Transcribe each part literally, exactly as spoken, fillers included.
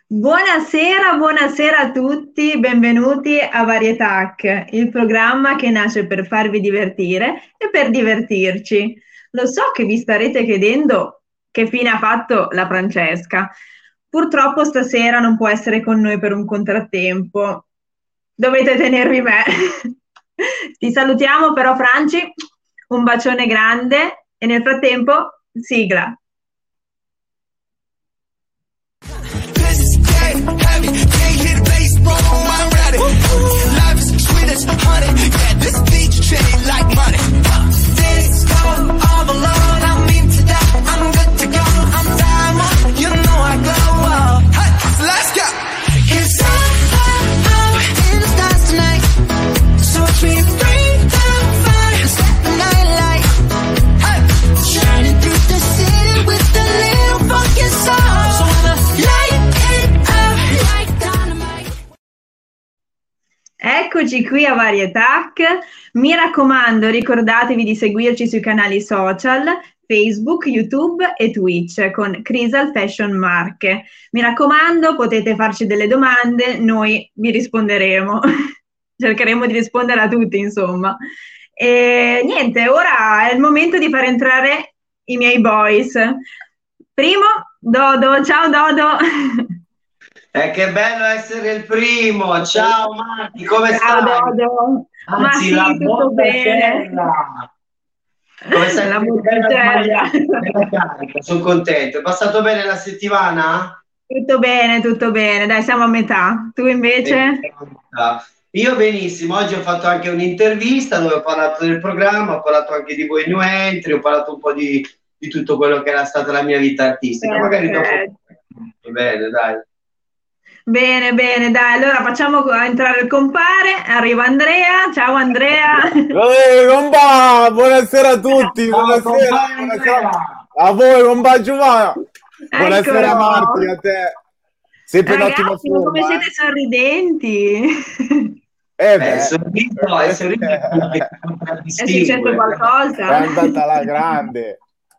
Buonasera, buonasera a tutti, benvenuti a Varietac, il programma che nasce per farvi divertire e per divertirci. Lo so che vi starete chiedendo che fine ha fatto la Francesca. Purtroppo stasera non può essere con noi per un contrattempo. Dovete tenervi me. Ti salutiamo però, Franci, un bacione grande e nel frattempo, sigla. Heavy, can't hit the bass, bro, I'm ready. Life is sweet as honey. Yeah, this beach chain like money. Disco all alone, I'm into that. I'm good to go. I'm diamond, you know I glow. Hey, so let's go. It's all in the stars tonight. So watch me bring down fire and set the night light. Hey, shining through the city with a little funky soul. So the light. Eccoci qui a Varietac, mi raccomando ricordatevi di seguirci sui canali social Facebook, YouTube e Twitch con Crisal Fashion Marche. Mi raccomando, potete farci delle domande, noi vi risponderemo, cercheremo di rispondere a tutti insomma. E niente, ora è il momento di far entrare i miei boys. Primo, Dodo, ciao Dodo! Eh, che bello essere il primo! Ciao Marti, come Ciao, stai? Dodo. Anzi, Ma la sì, tutto bene. Come stai? La Bella, bella bella carica, sono contento. È passato bene la settimana? Tutto bene, tutto bene. Dai, siamo a metà. Tu invece? Io benissimo. Oggi ho fatto anche un'intervista dove ho parlato del programma, ho parlato anche di voi new entry, ho parlato un po' di, di tutto quello che era stata la mia vita artistica. Perfetto. Magari dopo... Bene, dai. Bene, bene, dai, allora facciamo entrare il compare, arriva Andrea, ciao Andrea. Ehi, compà, buonasera a tutti, buonasera, buonasera a voi, compà Giovanna. Buonasera Marti, a te. Sempre in ottima forma. Come siete eh. sorridenti. Eh beh, sorriso, è sorriso. È successo qualcosa? È andata alla grande.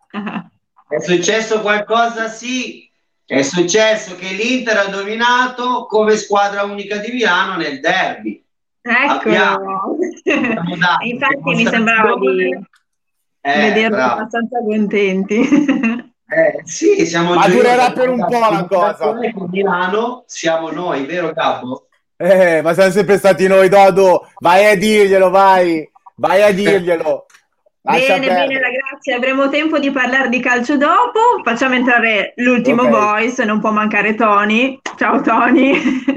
È successo qualcosa, sì. È successo che l'Inter ha dominato come squadra unica di Milano nel derby. Ecco, infatti mi sembrava di eh, vederli abbastanza contenti. Eh, sì, siamo Ma durerà per un po' la cosa. Milano siamo noi, vero Capo? Eh, ma siamo sempre stati noi, Dodo. Vai a dirglielo, vai. Vai a dirglielo. Lascia bene, perdere. Bene ragazzi, avremo tempo di parlare di calcio dopo. Facciamo entrare l'ultimo okay. voice, non può mancare Tony. Ciao Tony.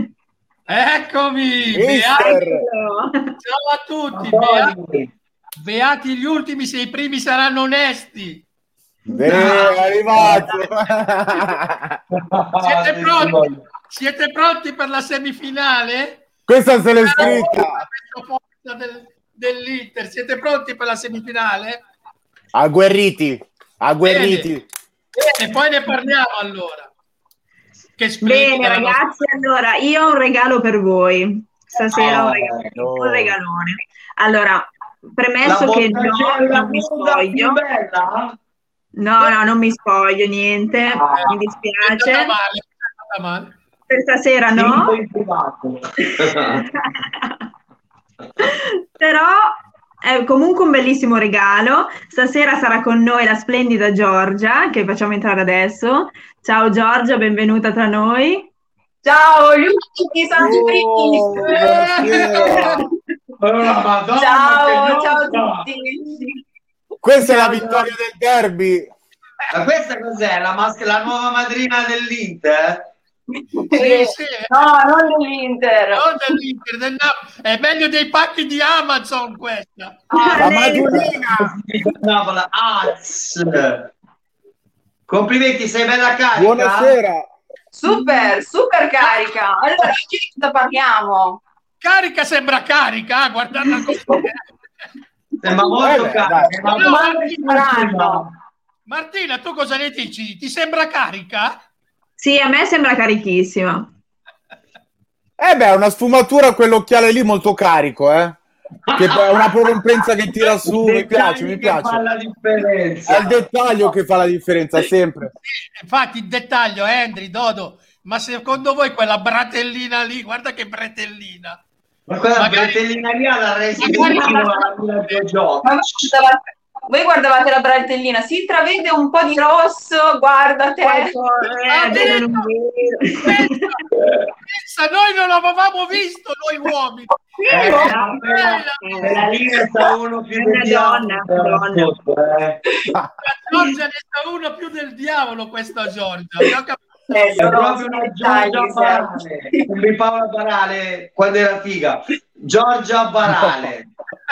Eccomi! Beati. Ciao a tutti! Beati. Beati gli ultimi, se i primi saranno onesti. Bene, è arrivato. Siete pronti? Siete pronti per la semifinale? Questa se l'è scritta. Del... dell'Inter, siete pronti per la semifinale? Agguerriti, agguerriti. Bene, bene, poi ne parliamo allora. Che bene ragazzi, nostra... allora io ho un regalo per voi. Stasera ho oh, un, regalo, no. un regalone. Allora, premesso che no, non mi spoglio. No, no, non mi spoglio, niente, ah, mi dispiace. Male, male. Per stasera no. Però è comunque un bellissimo regalo. Stasera sarà con noi la splendida Giorgia, che facciamo entrare adesso. Ciao Giorgia, benvenuta tra noi. Ciao, gli ultimi sono i primi. Madonna, ciao, ciao a tutti. Questa ciao, è la vittoria del derby. Ma questa cos'è? La, mas- la nuova madrina dell'Inter? Sì, sì. No, non dell'Inter. Non dell'Inter, del Napoli. È meglio dei pacchi di Amazon questa. Ah, la Madonnina. Complimenti, sei bella carica. Buonasera. Super, super carica. Allora, oggi di cosa parliamo? Carica sembra carica, guardate così. Sembra molto eh, carica. Ma no, Martina, Martina, tu cosa ne dici? Ti sembra carica? Sì, a me sembra carichissima. Eh beh, una sfumatura quell'occhiale lì molto carico, eh. Che è una prorompenza che tira su, mi piace, mi piace. Fa la differenza. È il dettaglio che fa la differenza, sempre. Sì, infatti il dettaglio, Andri, Dodo, ma secondo voi quella bratellina lì, guarda che bretellina. Ma quella Magari- bretellina lì alla resa Magari- Ma voi guardavate la bretellina, si intravede un po' di rosso, guarda te. Ah, Eh, non vedo. Pensa, noi non l'avevamo visto, noi uomini. Eh, no, eh, quella lì ne sa uno più È del una diavolo, donna, donna. sotto, eh. La Giorgia ne sa uno più del diavolo, questa Giorgia. Abbiamo capito. Eh, È sono proprio una dettagli Giorgia che servono. Barale, come Paola Barale quando era figa. Giorgia Barale.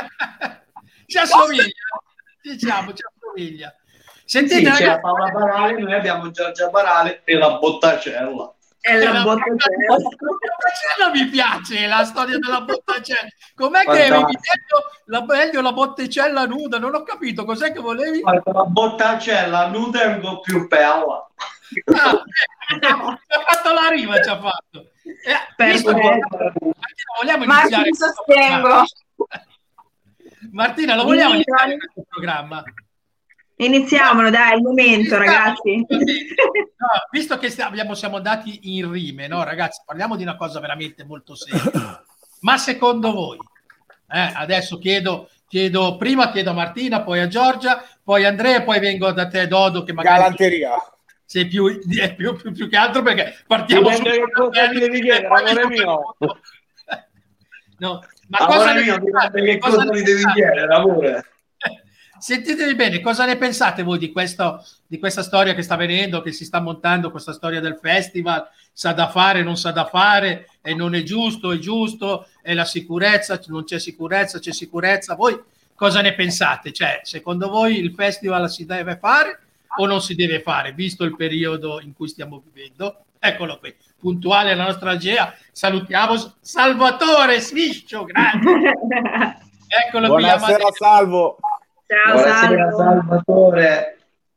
Ci assomiglia, diciamo, ci assomiglia. Sentite, Sì, c'è ragazzi, Paola Barale, noi abbiamo Giorgia Barale e la Bottacella. È la la botta la bottacella mi piace, la storia della bottacella. Com'è che Fantastico. avevi detto la, meglio la botticella nuda? Non ho capito, cos'è che volevi? Guarda, la Bottacella nuda è un po' più bella. Ah, ci ha fatto la rima, ci ha fatto. Eh, visto che- Martina, vogliamo Marti, iniziare ti questo sostengo. programma? Martina, lo vogliamo Sì, iniziare dai. questo programma? Iniziamolo, dai, è il momento, ragazzi. No, visto che stiamo- abbiamo, siamo andati in rime, no, ragazzi, parliamo di una cosa veramente molto seria. Ma secondo voi, eh, adesso chiedo, chiedo, prima chiedo a Martina, poi a Giorgia, poi a Andrea, e poi vengo da te, Dodo, che magari Galanteria. sei più, è più, più, più che altro perché partiamo Dipende che cosa mi devi chiedere, amore mio. No, ma Amore cosa ne mio, pensate? che Cosa cosa ne mi devi pensate? chiedere, amore? Sentitevi bene, cosa ne pensate voi di, questo, di questa storia che sta venendo, che si sta montando, questa storia del festival? Sa da fare, non sa da fare, e non è giusto, è giusto, è la sicurezza, non c'è sicurezza, c'è sicurezza. Voi cosa ne pensate? Cioè, secondo voi il festival si deve fare o non si deve fare, visto il periodo in cui stiamo vivendo? Eccolo qui, puntuale la nostra Agea. Salutiamo Salvatore Sviscio, grande. Eccolo qui. Buonasera, Amadeo. Salvo. Ciao, Buonasera, Salvo. Salvatore.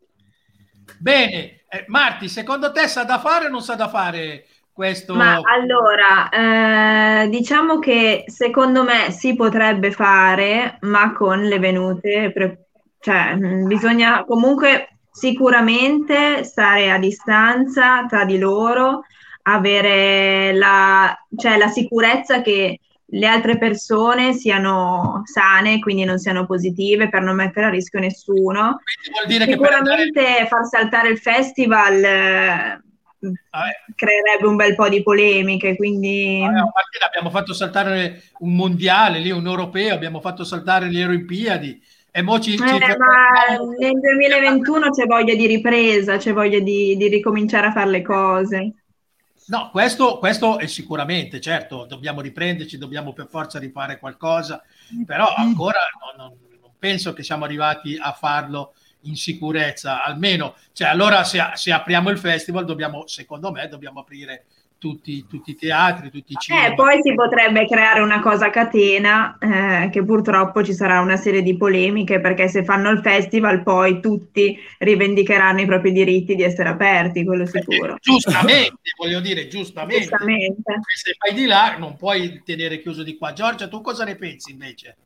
Bene, eh, Marti, secondo te sa da fare o non sa da fare questo? Ma allora, eh, diciamo che secondo me si potrebbe fare, ma con le venute, pre- cioè mh, bisogna comunque sicuramente stare a distanza tra di loro, avere la, cioè, la sicurezza che le altre persone siano sane, quindi non siano positive, per non mettere a rischio nessuno. Quindi vuol dire che per andare... Sicuramente far saltare il festival eh, Vabbè, creerebbe un bel po' di polemiche, quindi vabbè, Martina, abbiamo fatto saltare un mondiale, lì un europeo, abbiamo fatto saltare le Olimpiadi e mo ci, ci Eh, ma nel duemilaventuno c'è voglia di ripresa, c'è voglia di, di ricominciare a fare le cose. No, questo, questo è sicuramente, certo, dobbiamo riprenderci, dobbiamo per forza rifare qualcosa, però ancora non, non- non penso che siamo arrivati a farlo in sicurezza, almeno, cioè allora se, se apriamo il festival dobbiamo, secondo me, dobbiamo aprire tutti, tutti i teatri, tutti i cinema. Eh, poi si potrebbe creare una cosa a catena, eh, che purtroppo ci sarà una serie di polemiche, perché se fanno il festival poi tutti rivendicheranno i propri diritti di essere aperti, quello sicuro. Giustamente, voglio dire, giustamente. Giustamente. Se vai di là non puoi tenere chiuso di qua. Giorgia, tu cosa ne pensi invece?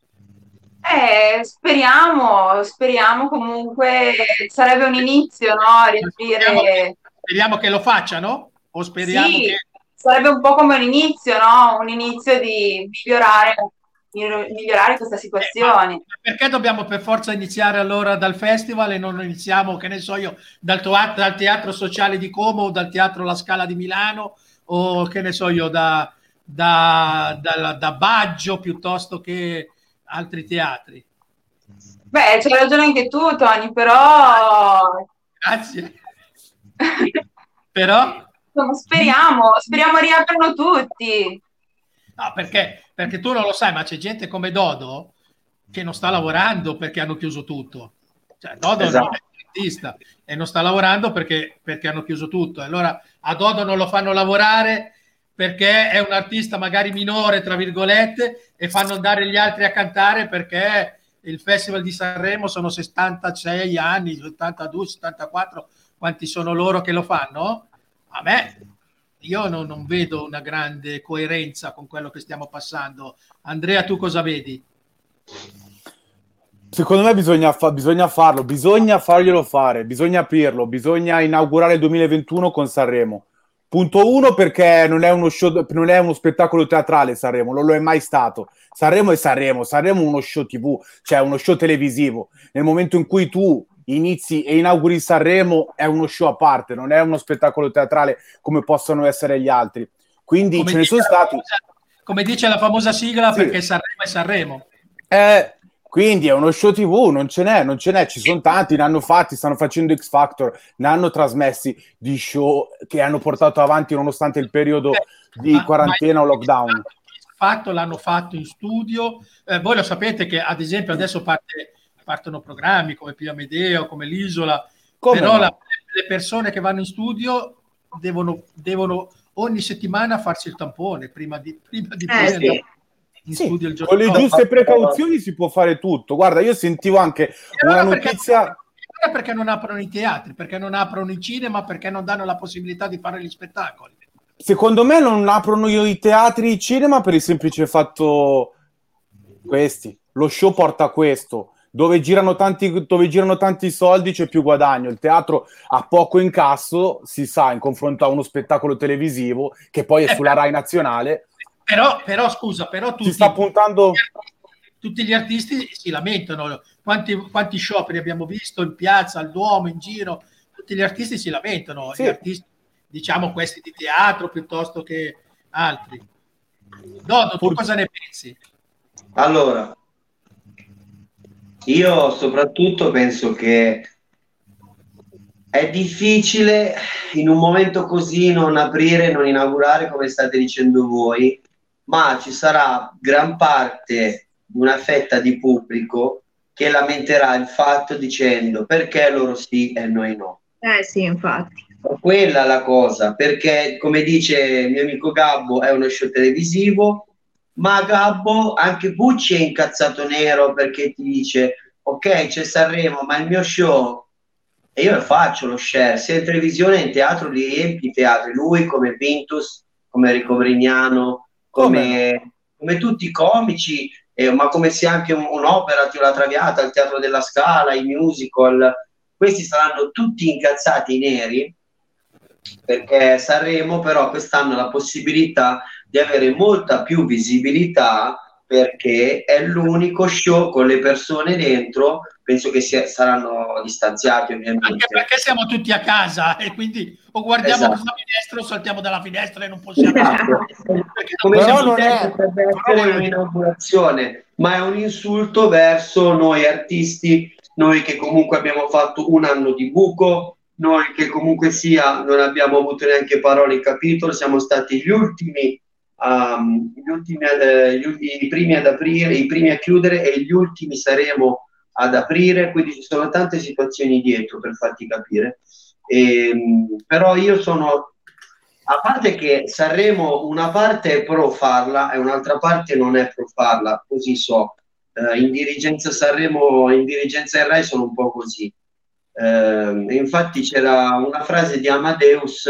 Eh, speriamo, speriamo comunque, sarebbe un inizio, no? Speriamo, Riaprire. speriamo che lo facciano? O speriamo Sì, che... sarebbe un po' come un inizio, no? Un inizio di migliorare, migliorare questa situazione. Eh, ma perché dobbiamo per forza iniziare allora dal festival e non iniziamo, che ne so io, dal, tua- dal Teatro Sociale di Como o dal Teatro La Scala di Milano o che ne so io, da, da, da, da Baggio piuttosto che altri teatri? Beh, c'hai ragione anche tu, Tony, però Grazie. Però... insomma, speriamo, speriamo riaprano tutti. No, perché, perché tu non lo sai, ma c'è gente come Dodo che non sta lavorando perché hanno chiuso tutto. Cioè, Dodo Esatto. non è un artista e non sta lavorando perché, perché hanno chiuso tutto. Allora a Dodo non lo fanno lavorare perché è un artista magari minore, tra virgolette, e fanno andare gli altri a cantare perché il Festival di Sanremo sono settantasei anni, settantadue, settantaquattro, quanti sono loro che lo fanno? A me... Io non, non vedo una grande coerenza con quello che stiamo passando. Andrea, tu cosa vedi? Secondo me bisogna, fa- bisogna farlo, bisogna farglielo fare, bisogna aprirlo, bisogna inaugurare il duemilaventuno con Sanremo. Punto uno, perché non è uno show, non è uno spettacolo teatrale Sanremo, non lo è mai stato. Sanremo è Sanremo, Sanremo è uno show tivù, cioè uno show televisivo. Nel momento in cui tu inizi e inauguri Sanremo è uno show a parte, non è uno spettacolo teatrale come possono essere gli altri. Quindi come ce ne sono stati... Famosa, come dice la famosa sigla, sì. Perché Sanremo è Sanremo. Eh... Quindi è uno show tivù, non ce n'è, non ce n'è, ci sono tanti, ne hanno fatti, stanno facendo X Factor, ne hanno trasmessi di show che hanno portato avanti nonostante il periodo di ma, quarantena ma o lockdown. Fatto, l'hanno fatto in studio, eh, voi lo sapete che ad esempio adesso parte, partono programmi come Pio Amedeo, come L'Isola, come però no? la, le persone che vanno in studio devono, devono ogni settimana farsi il tampone prima di, prima di eh, sì. in sì, studio il giorno con le dopo. giuste precauzioni si può fare tutto. Guarda, io sentivo anche allora una notizia perché, perché non aprono i teatri, perché non aprono i cinema, perché non danno la possibilità di fare gli spettacoli. Secondo me non aprono io i teatri, i cinema per il semplice fatto questi, lo show porta a questo, dove girano tanti, dove girano tanti soldi c'è più guadagno. Il teatro ha poco incasso, si sa, in confronto a uno spettacolo televisivo che poi è sulla Rai nazionale. Però, però scusa, però tutti, si sta puntando... tutti gli artisti si lamentano. Quanti, quanti scioperi abbiamo visto in piazza, al Duomo, in giro? Tutti gli artisti si lamentano. Sì. Gli artisti, diciamo questi di teatro piuttosto che altri. Dodo, tu cosa ne pensi? Allora, io soprattutto penso che è difficile in un momento così non aprire, non inaugurare come state dicendo voi, ma ci sarà gran parte di una fetta di pubblico che lamenterà il fatto dicendo perché loro sì e noi no. Eh sì, infatti. Quella è la cosa, perché come dice il mio amico Gabbo è uno show televisivo, ma Gabbo, anche Bucci è incazzato nero perché ti dice ok c'è Sanremo ma il mio show, e io lo faccio lo share sia in televisione che in teatro, li riempi i teatri, lui come Vintus, come Enrico Brignano, come, come tutti i comici, eh, ma come sia anche un, un'opera, Tio la Traviata, il Teatro della Scala, i musical, questi saranno tutti incazzati neri perché Sanremo però quest'anno ha la possibilità di avere molta più visibilità perché è l'unico show con le persone dentro, penso che sia, saranno distanziati ovviamente. Anche perché siamo tutti a casa e quindi o guardiamo esatto. dalla finestra o saltiamo dalla finestra e non possiamo... Esatto. Come se non è, potrebbe essere un'inaugurazione, ma è un insulto verso noi artisti, noi che comunque abbiamo fatto un anno di buco, noi che comunque sia non abbiamo avuto neanche parole in capitolo, siamo stati gli ultimi Um, gli ultimi ad, gli, i primi ad aprire, i primi a chiudere e gli ultimi saremo ad aprire, quindi ci sono tante situazioni dietro per farti capire. E, però io sono, a parte che Sanremo una parte è pro farla e un'altra parte non è pro farla, così so. Uh, in dirigenza Sanremo, in dirigenza il Rai sono un po' così. Uh, infatti c'era una frase di Amadeus,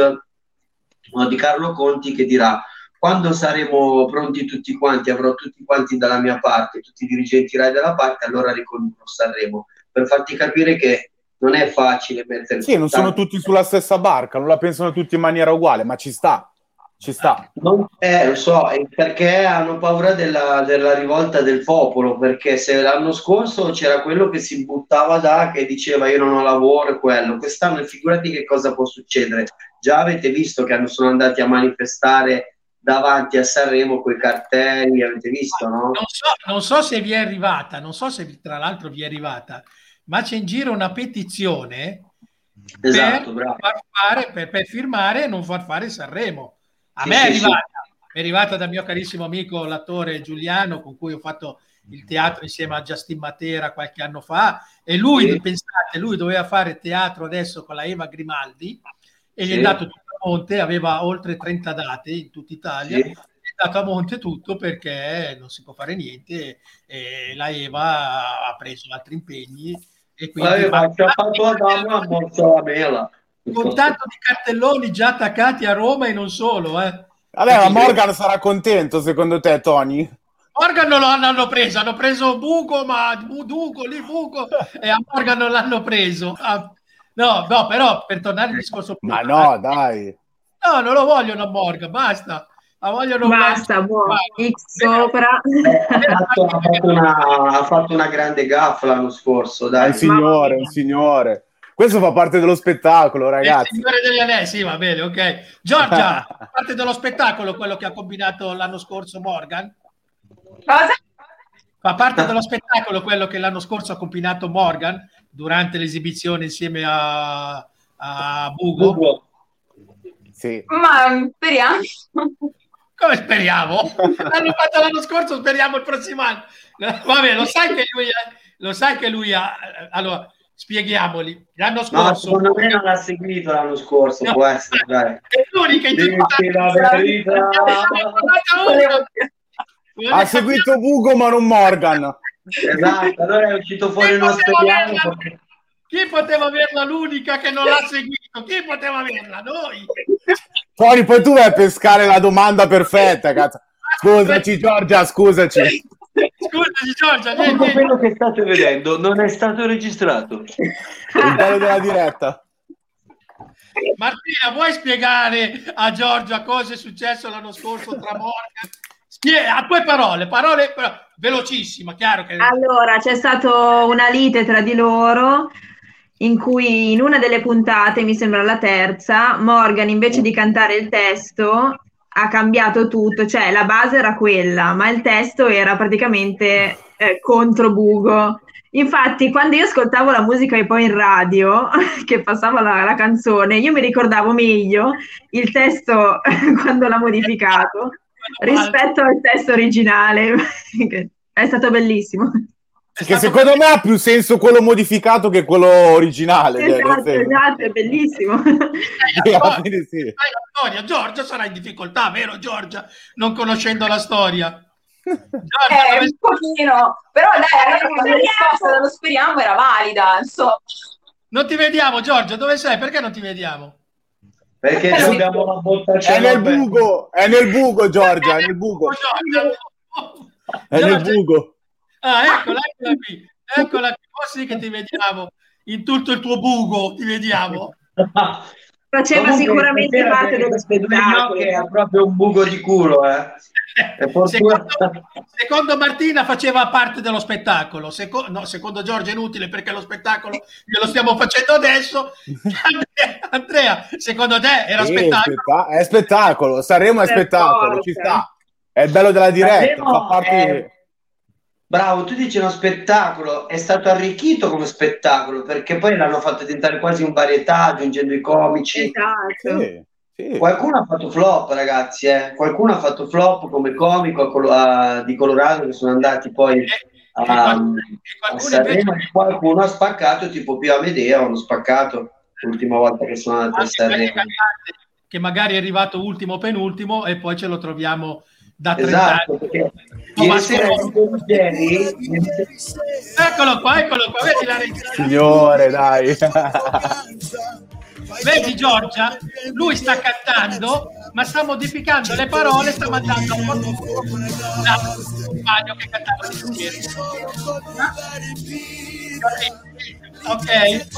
no, di Carlo Conti, che dirà: quando saremo pronti tutti quanti, avrò tutti quanti dalla mia parte, tutti i dirigenti Rai dalla parte, allora ricondurrò Sanremo, per farti capire che non è facile mettere... Sì, non sono tutti sulla stessa barca, non la pensano tutti in maniera uguale, ma ci sta, ci sta. Non, eh, lo so, perché hanno paura della, della rivolta del popolo, perché se l'anno scorso c'era quello che si buttava da, che diceva io non ho lavoro e quello, quest'anno figurati che cosa può succedere. Già avete visto che sono andati a manifestare davanti a Sanremo coi cartelli, avete visto, no? Non so, non so se vi è arrivata, non so se tra l'altro vi è arrivata, ma c'è in giro una petizione esatto, per, far fare, per, per firmare e non far fare Sanremo. A sì, me sì, è arrivata, sì. è arrivata dal mio carissimo amico l'attore Giuliano, con cui ho fatto il teatro insieme a Justin Matera qualche anno fa, e lui, sì. pensate, lui doveva fare teatro adesso con la Eva Grimaldi e sì. gli è dato tutto a monte, aveva oltre trenta date in tutta Italia, sì. è dato a monte tutto perché non si può fare niente e la Eva ha preso altri impegni e quindi eh, ma fa fatto da la mela. Con tanto di cartelloni già attaccati a Roma e non solo, eh. Vabbè, ma Morgan sarà contento secondo te, Tony? Morgan non lo hanno preso, hanno preso Buco, ma Buco lì Buco e a Morgan non l'hanno preso. Ah, no, no, però per tornare al discorso ma no, dai. No, non lo vogliono a Morgan, basta. La vogliono Basta, boh, X sopra. Ha fatto, ha fatto una, ha fatto una grande gaffa l'anno scorso, È dai. un signore, un signore. Questo fa parte dello spettacolo, Il ragazzi. signore degli anelli, sì, va bene, ok. Giorgia, fa parte dello spettacolo quello che ha combinato l'anno scorso Morgan? Cosa? Fa parte dello spettacolo quello che l'anno scorso ha combinato Morgan durante l'esibizione insieme a, a Bugo? Bugo. Sì. Ma speriamo. Come speriamo? L'hanno fatto l'anno scorso, speriamo il prossimo anno. Vabbè, lo sai che lui, lo sai che lui ha... Allora, spieghiamoli. L'anno No, scorso... secondo me non l'ha seguito l'anno scorso, No, può essere, dai. è l'unica in tutta Dici la verità. Ha seguito Bugo ma non Morgan. Esatto, allora è uscito fuori Chi uno poteva spediale. averla? Chi poteva averla l'unica che non l'ha seguito? Chi poteva averla? Noi! Tony, poi tu vai a pescare la domanda perfetta, cazzo. Scusaci, Giorgia, scusaci. Scusaci, Giorgia. Tutto Niente. quello che state vedendo non è stato registrato. Il bello della diretta. Martina, vuoi spiegare a Giorgia cosa è successo l'anno scorso tra Morgan? Spie- a tue parole, parole però, velocissima, chiaro che... Allora, c'è stata una lite tra di loro in cui in una delle puntate, mi sembra la terza, Morgan invece di cantare il testo ha cambiato tutto, cioè la base era quella, ma il testo era praticamente eh, contro Bugo. Infatti, quando io ascoltavo la musica e poi in radio, che passava la, la canzone, io mi ricordavo meglio il testo quando l'ha modificato rispetto al testo originale. È stato bellissimo. Che secondo me ha più senso quello modificato che quello originale. Esatto, esatto, è bellissimo. Sai la storia, Giorgia sarà in difficoltà, vero Giorgia? Non conoscendo la storia. Giorgia, eh, dove... un pochino, però dai, allora la risposta dello speriamo era valida, insomma. Non ti vediamo, Giorgia, dove sei? Perché non ti vediamo? Perché eh, abbiamo la botta è nel buco, è nel buco, Giorgia, è nel buco. È nel buco. Ah, eccola, eccola qui, eccola qui, oh, sì che ti vediamo, in tutto il tuo buco ti vediamo. Faceva comunque, sicuramente parte dello spettacolo. Che è proprio un buco di culo, eh. Secondo, secondo Martina faceva parte dello spettacolo, Seco- no, secondo Giorgia è inutile perché lo spettacolo glielo stiamo facendo adesso. Andrea, Andrea, secondo te era sì, spettacolo? Spetta- è spettacolo, Sanremo è spettacolo, ci sta. È il bello della diretta, fa parte è... Bravo, tu dici uno spettacolo, è stato arricchito come spettacolo perché poi l'hanno fatto diventare quasi un varietà aggiungendo i comici. Esatto. Sì, sì. Qualcuno ha fatto flop, ragazzi, eh. Qualcuno ha fatto flop come comico a Colo- a, di Colorado che sono andati poi a, e qualcuno, a Sanremo invece... e qualcuno ha spaccato, tipo Pio Amedeo, hanno spaccato l'ultima volta che sono andati a Sanremo. Che magari è arrivato ultimo penultimo e poi ce lo troviamo da esatto, perché ieri sera ieri... eccolo qua, eccolo qua, vedi la regia. Signore, dai. Vedi Giorgia, lui sta cantando ma sta modificando le parole, sta mandando a un compagno che cantava di scherzo. Ok,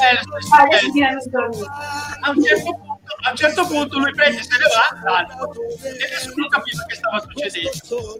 a un certo punto a un certo punto lui prende, se ne va e nessuno capiva che stava succedendo.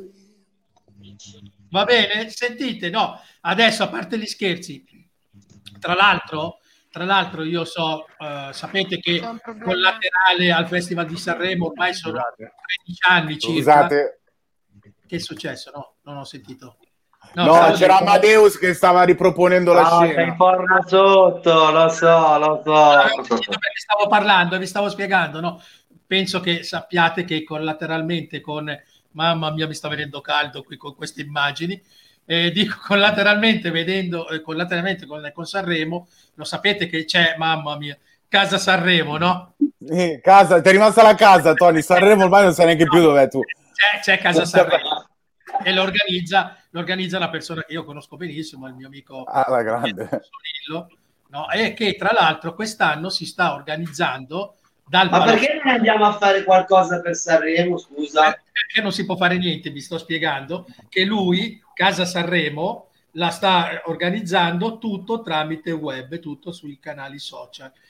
Va bene? Sentite, no, adesso a parte gli scherzi, tra l'altro tra l'altro io so, uh, sapete che Collaterale al Festival di Sanremo ormai sono tredici anni circa. Scusate. Che è successo? No, non ho sentito. No, no c'era detto... Amadeus che stava riproponendo la no, scena. Sei forma sotto, lo so, lo so. Perché stavo parlando e vi stavo spiegando, no? Penso che sappiate che collateralmente con... Mamma mia, mi sta venendo caldo qui con queste immagini. Eh, dico collateralmente, vedendo eh, collateralmente con, con Sanremo, lo sapete che c'è, mamma mia, Casa Sanremo, no? Eh, casa, ti è rimasta la casa, Tony. Sanremo ormai non sai neanche più dov'è tu. C'è, c'è Casa Sanremo. E lo organizza, lo organizza una persona che io conosco benissimo, il mio amico ah, la grande. Solillo, no? E che tra l'altro quest'anno si sta organizzando dal ma palazzo... perché non andiamo a fare qualcosa per Sanremo, scusa? Perché non si può fare niente, vi sto spiegando che lui, Casa Sanremo, la sta organizzando tutto tramite web, tutto sui canali social.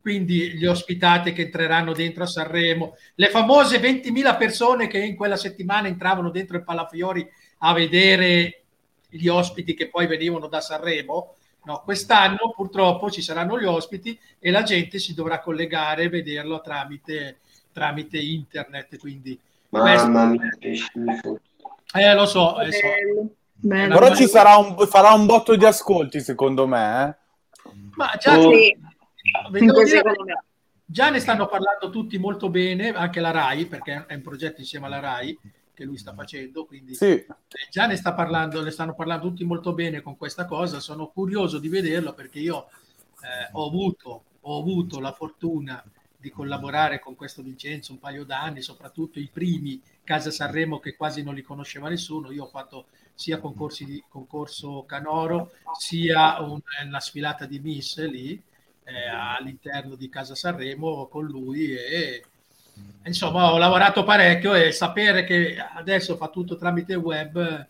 quindi gli ospitate che entreranno dentro a Sanremo, le famose ventimila persone che in quella settimana entravano dentro il Palafiori a vedere gli ospiti che poi venivano da Sanremo. No, quest'anno purtroppo ci saranno gli ospiti e la gente si dovrà collegare e vederlo tramite, tramite internet. Quindi mamma mia, che schifo. Eh, lo so, lo so. Bello. Però ci sarà un, farà un botto di ascolti, secondo me. Eh? Ma già, Oh. Sì. devo dire, Secondo me. già ne stanno parlando tutti molto bene, anche la RAI, perché è un progetto insieme alla RAI che lui sta facendo, quindi Sì. eh, già ne sta parlando, ne stanno parlando tutti molto bene con questa cosa. Sono curioso di vederlo perché io eh, ho avuto ho avuto la fortuna di collaborare con questo Vincenzo un paio d'anni, soprattutto i primi Casa Sanremo che quasi non li conosceva nessuno. Io ho fatto sia concorsi di concorso Canoro, sia un- una sfilata di Miss lì eh, all'interno di Casa Sanremo con lui e insomma ho lavorato parecchio e sapere che adesso fa tutto tramite web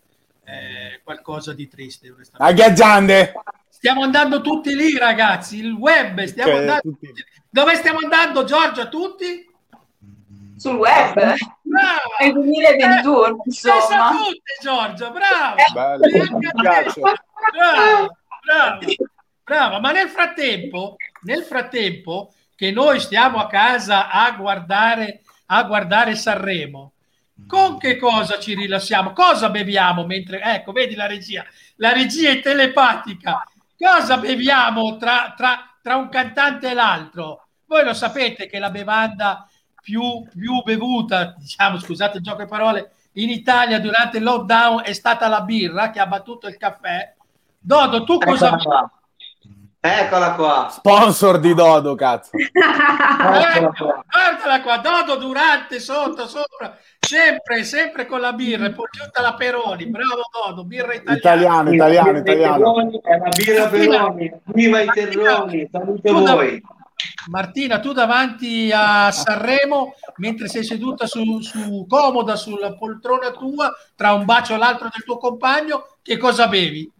è qualcosa di triste, onestamente. Agghiaggiande! Stiamo andando tutti lì, ragazzi. Il web, stiamo Cioè, andando tutti- tutti. Dove stiamo andando, Giorgia? Tutti? Sul web. Brava! Nel duemilaventuno, Eh, sei insomma. sapute, Giorgia, brava! Bello, Neanche mi a te. piace. Brava, brava, brava. Ma nel frattempo, nel frattempo che noi stiamo a casa a guardare, a guardare Sanremo, con che cosa ci rilassiamo? Cosa beviamo mentre... Ecco, vedi la regia. La regia è telepatica. Cosa beviamo tra, tra, tra un cantante e l'altro? Voi lo sapete che la bevanda più, più bevuta, diciamo, scusate il gioco di parole, in Italia durante il lockdown è stata la birra che ha battuto il caffè. Dodo, tu cosa Eccola qua. Eccola qua. Sponsor di Dodo, cazzo. Eccola qua. Guardala qua, Dodo Durante sotto, sopra, sempre, sempre con la birra, e poi giunta la Peroni, bravo Dodo, birra italiana. Italiano, italiano, La birra italiano. Peroni, È la birra Peroni. Viva i terroni. Saluto Tu da- voi. Martina, tu davanti a Sanremo, mentre sei seduta su, su comoda sulla poltrona tua, tra un bacio e l'altro del tuo compagno, che cosa bevi?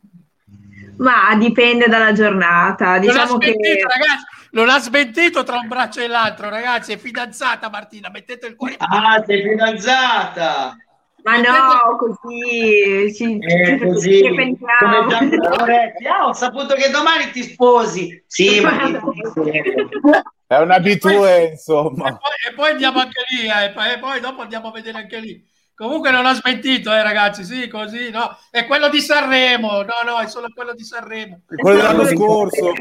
Ma dipende dalla giornata. Non Diciamo ha che smentito, ragazzi, non ha smentito tra un braccio e l'altro, ragazzi, è fidanzata Martina, mettete il cuore. Ah, sei fidanzata. ma no, così ci, Eh, ci, così, ci come pensiamo. Gianni Moretti. Ah, ho saputo che domani ti sposi. Sì, ma È un'abitudine, E insomma. poi, e poi andiamo anche lì, eh, e poi, e poi dopo andiamo a vedere anche lì. Comunque non ha smentito, eh, ragazzi, sì, così, no? È quello di Sanremo, no, no, è solo quello di Sanremo. Quello dell'anno scorso.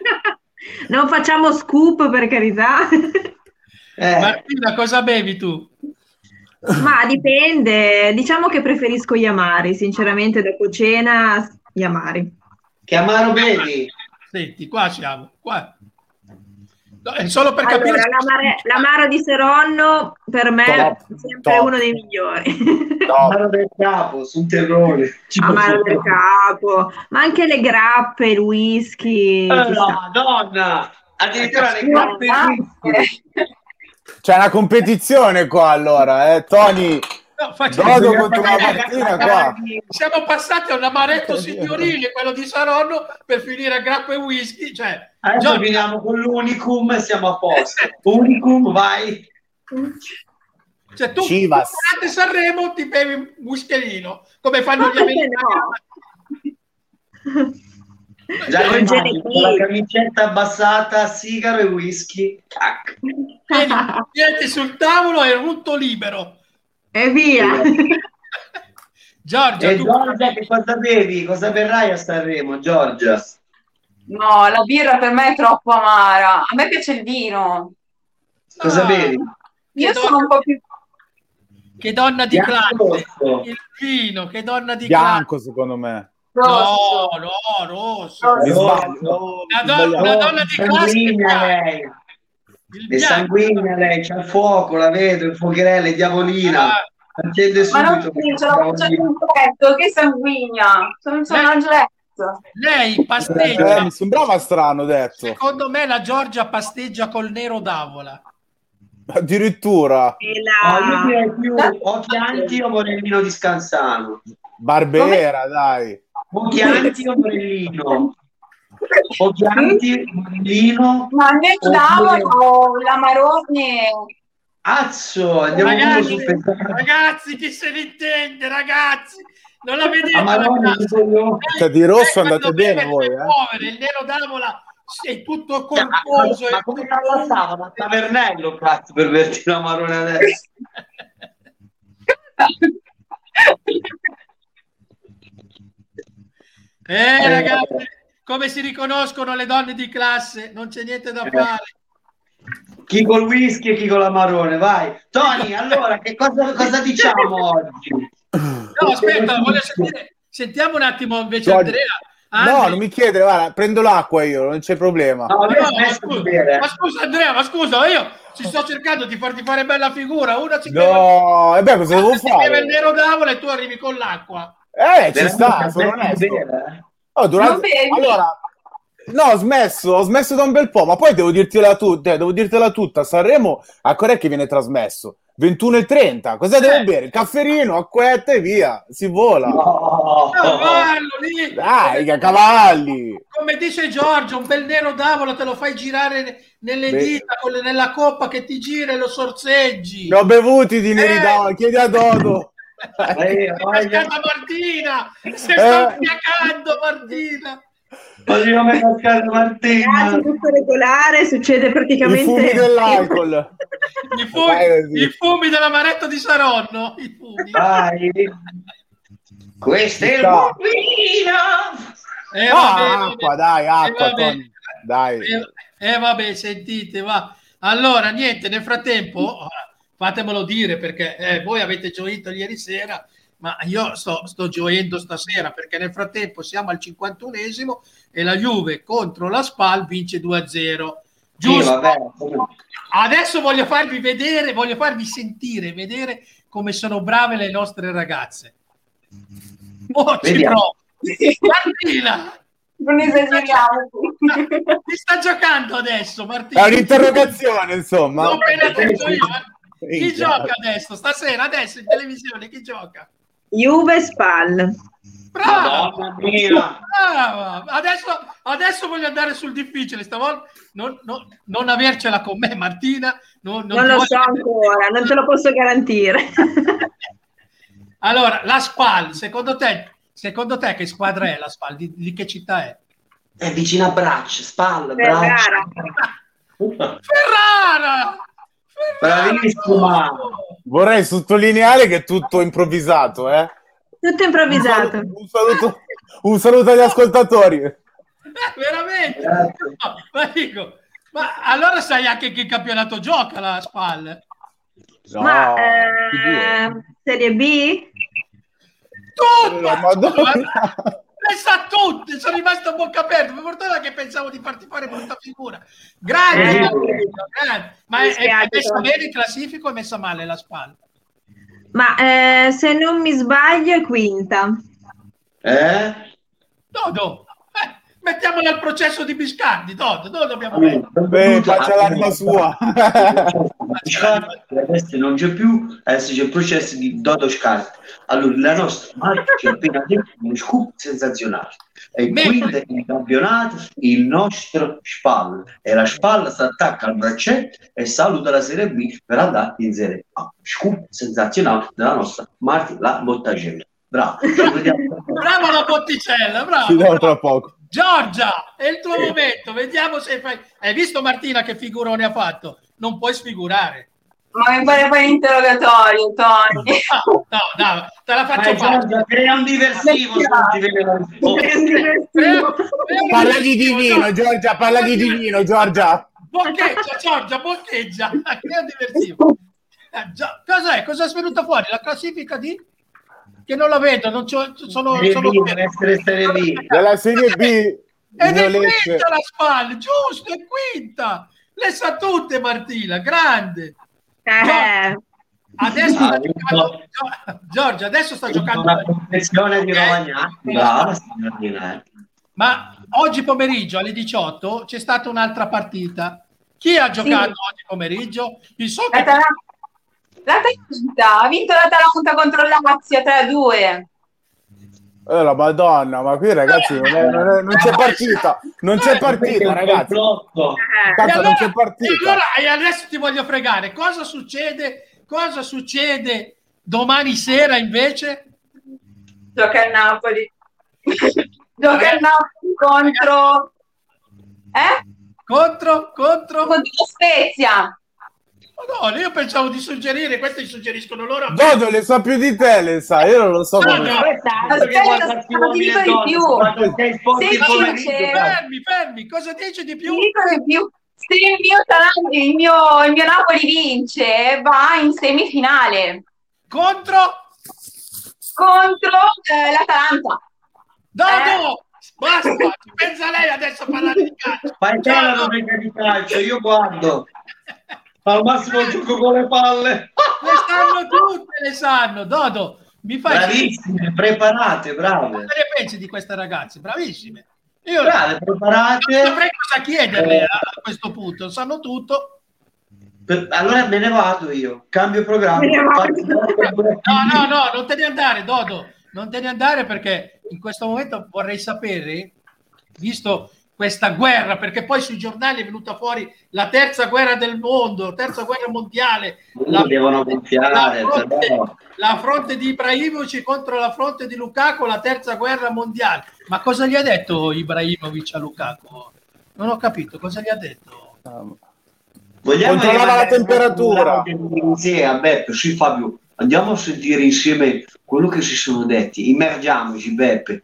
Non facciamo scoop, per carità. Eh, Martina, cosa bevi tu? Ma dipende. Diciamo che preferisco gli amari, sinceramente, dopo cena, gli amari. che amaro bevi? Senti, qua siamo, qua. No, è solo per Allora, capire... l'amare- l'amaro di Seronno per me Top, è sempre top. uno dei migliori. No, Amaro del capo, sul terrone. Ci Amaro posso- del capo, ma anche le grappe, il whisky. Eh, ci sta. no, donna! Addirittura le No, grappe anche. c'è una competizione qua allora, eh, Tony. No, facciamo- Dodo contro la Martina qua. Siamo passati a un amaretto signorile, quello di Saronno, per finire a grappa e whisky. Cioè, Adesso Giorgia, finiamo con l'Unicum e siamo a posto. Unicum, vai! cioè tu Chivas. durante Sanremo ti bevi un whiskierino, come fanno Ma gli perché americani. no? Già Non lo immagino, gene con la qui. camicetta abbassata, sigaro e whisky. Tac. Tieni i piedi sul tavolo e rutto libero. E via. Giorgia, E tu Giorgia, che cosa bevi? Cosa berrai a Sanremo, Giorgia? No, la birra per me è troppo amara. A me piace il vino. Cosa Ah. bevi? Io Che sono un po' più... che donna di Bianco classe, rosso. il vino, che donna di Bianco, secondo me. rosso. classe. No, no, rosso. Mi Rosso. sbaglio. Oh, Una mi donna- sbagliavo. una Oh, donna di classe sanguigna bianca. lei. Il È bianco. sanguigna lei, c'ha il fuoco, la vedo, il fuocherello, è diavolina. Ah, Accende Ma non subito. sì, perché ce l'ho è faccia diavolina. completo, che sanguigna. Sono, sono un Eh. angeletto. lei Eh, pasteggia, mi sembrava strano, detto. secondo me la Giorgia pasteggia col nero d'avola. Addirittura. E No, io la... direi più o Chianti o Morellino di Scansano. Barbera, dai. O Chianti o Morellino. o Chianti, Marino. Ma noi davo la Marone. Azzo, andiamo Ragazzi, su pensare. ragazzi, chi se ne intende, ragazzi? Non la vedete? Ah, ma no, ragazzi? voglio... Cioè, di rosso Eh, andate quando bene beve voi, per eh? muovere, il nero d'avola è tutto Cioè, ma, corposo. ma è come tutto- trattava da tavernello, cazzo, per verti la Marone adesso? Eh, ragazzi, come si riconoscono le donne di classe, non c'è niente da Eh. fare. Chi col whisky e chi con la Marone, vai. Tony, allora, che cosa, cosa diciamo oggi? No, aspetta, voglio sentire. Sentiamo un attimo invece Tony. Andrea. No, Andrea. non mi chiedere, guarda, prendo l'acqua io, non c'è problema. No, Ma, io ho no, ma, smesso di scusa, bere. ma scusa Andrea, ma scusa, io ci sto cercando di farti fare bella figura. Una si No, e beh, cosa devo si beve il fare? nero d'avola e tu arrivi con l'acqua. Eh, ci Veramente sta, ho sono smesso di onesto. bere, eh. Oh, Non durante... bevi? Allora, no, ho smesso, ho smesso da un bel po', ma poi devo dirtela tutta, devo dirtela tutta. Sanremo, a che che viene trasmesso? ventuno e trenta, cosa devo Eh. bere? Il cafferino, acquetta e via, si vola. No. Cavallo lì. Dai, che cavalli! Come dice Giorgio, un bel nero d'avola te lo fai girare nelle Beh. dita, con le- nella coppa che ti gira e lo sorseggi. Ne ho bevuti di neri Eh. d'avola, chiedi a Dodo. Eh, È cascata Martina, si sta Eh. ubriacando Martina. Così come Pascal Ragazzi, Martina. in questo regolare succede I praticamente fumi dell'alcol. I fumi, Vai così. i fumi dell'amaretto di Saronno. I fumi. Vai. Questo è il Sta. bambino. Eh, Ah, vabbè, acqua, vabbè. dai, Eh, acqua, vabbè. Tony. Dai. Eh, eh, vabbè, sentite, va. Allora, niente, nel frattempo, fatemelo dire perché eh, voi avete gioito ieri sera, ma io sto, sto gioendo stasera perché nel frattempo siamo al cinquantunesimo e la Juve contro la Spal vince due a zero. Sì, Giusto? vabbè. Adesso voglio farvi vedere, voglio farvi sentire, vedere come sono brave le nostre ragazze. Oh, ci Vediamo. provo. Martina, Non esageriamo. ti sta giocando adesso, Martina? È un'interrogazione, insomma. L'ho appena detto io. eh. Chi Minchia. gioca adesso? Stasera, adesso in televisione, chi gioca? Juve Spal. Brava! Madonna mia. Brava! Adesso, adesso voglio andare sul difficile, stavolta non, non, non avercela con me, Martina. Non, non Non ti lo voglio- so ancora, non te lo posso garantire. Allora, la Spal, secondo te, secondo te che squadra è la Spal? Di, di che città è? È vicino a Braccia, spalle, Ferrara. braccia. Ferrara! Ferrara! Bravissima. Vorrei sottolineare che è tutto improvvisato, eh. Tutto Un improvvisato. saluto, un saluto, un saluto agli ascoltatori. Eh, veramente? Grazie. No, ma dico, ma allora sai anche che campionato gioca la Spal? No, Ma figurati. eh, Serie B? Tutta! Oh, Madonna. Le sa tutte, sono rimasto a bocca aperta. Per fortuna che pensavo di farti fare brutta figura. Grande, Eh. grande. Ma Mi è, è spiace, messa però. bene in classifico o è messa male la Spal? Ma eh, se non mi sbaglio è quinta. Eh? Dodo, eh, mettiamola al processo di Biscardi. Dodo, dove dobbiamo mettere? Beh, faccia l'anima sua. Adesso non c'è più, adesso c'è il processo di Dodo Scarpa. Allora, la nostra marca ci ha appena detto uno scoop sensazionale. E quinta in campionato il nostro Spal. E la Spal si attacca al braccetto e saluta la Serie B per andare in Serie A. Scoop sensazionale della nostra Marti, la Bottagella. Bravo. Ci vediamo. Bravo la Botticella, bravo. Ci vediamo tra poco. Giorgia, è il tuo momento. Vediamo se fai. Hai visto Martina che figurone ha fatto? Non puoi sfigurare. Ma mi pare fare l'interrogatorio, Tony. No, no, no, te la faccio Ma fare. Giorgia, crea un diversivo se non ti vede la risposta. Parla di divino, Giorgia, parla di divino, Giorgia. Boccheggia, Giorgia, boccheggia. Che è un diversivo. Eh, Gio- Cos'è? Cosa è venuta fuori? La classifica di? Che non la vedo, non c'ho, sono, Serie sono... B, deve essere Serie B. Della Serie B, Ed è Violenze. quinta la Spal, giusto, è quinta. Le sa tutte Martina, grande. Eh, Adesso Ah, sta io giocando Gio- Giorgia, adesso sta giocando Una confezione di Ok. Romagnacchi. Brava, signorina, eh. ma oggi pomeriggio alle diciotto c'è stata un'altra partita. Chi ha giocato oggi pomeriggio? Il so che L'Atalanta l'Atalanta ha vinto l'Atalanta contro il Lazio tre a due. Eh, la Madonna, ma qui ragazzi non, è, non, è, non c'è partita, non c'è partita, ragazzi. Cazzo, non c'è partita. E allora, e adesso ti voglio fregare, cosa succede? Cosa succede domani sera invece? Gioca il Napoli. Gioca il Napoli contro... Eh? Contro? Contro? Contro Spezia. No, io pensavo di suggerire, questi suggeriscono loro. Dodo le sa più di te, le sa, io non lo so no, come. No, aspetta, ti dico di più. Se vince... Fermi, fermi, cosa dici di più? Ti dico di più. Se il mio, il mio, il mio Napoli vince, va in semifinale. Contro? Contro eh, l'Atalanta. Dodo! Eh? Basta, ci pensa lei adesso a parlare di calcio. Fai te la rubrica di calcio, io guardo. Al massimo gioco con le palle. Le sanno tutte, le sanno. Dodo, mi fai... Bravissime, preparate, brave. Cosa ne pensi di queste ragazze? Bravissime. Io brave, preparate. Non saprei cosa chiederle a questo punto, sanno tutto. Allora me ne vado io, cambio programma. No, no, no, non te ne andare, Dodo. Non te ne andare perché in questo momento vorrei sapere, visto questa guerra, perché poi sui giornali è venuta fuori la terza guerra del mondo, terza guerra mondiale, la devono gonfiare, la fronte, però. la fronte di Ibrahimovic contro la fronte di Lukaku, la terza guerra mondiale. Ma cosa gli ha detto Ibrahimovic a Lukaku? Non ho capito, cosa gli ha detto? Vogliamo controllava la temperatura. Sì, a Beppe, sì Fabio, andiamo a sentire insieme quello che si sono detti, immergiamoci Beppe.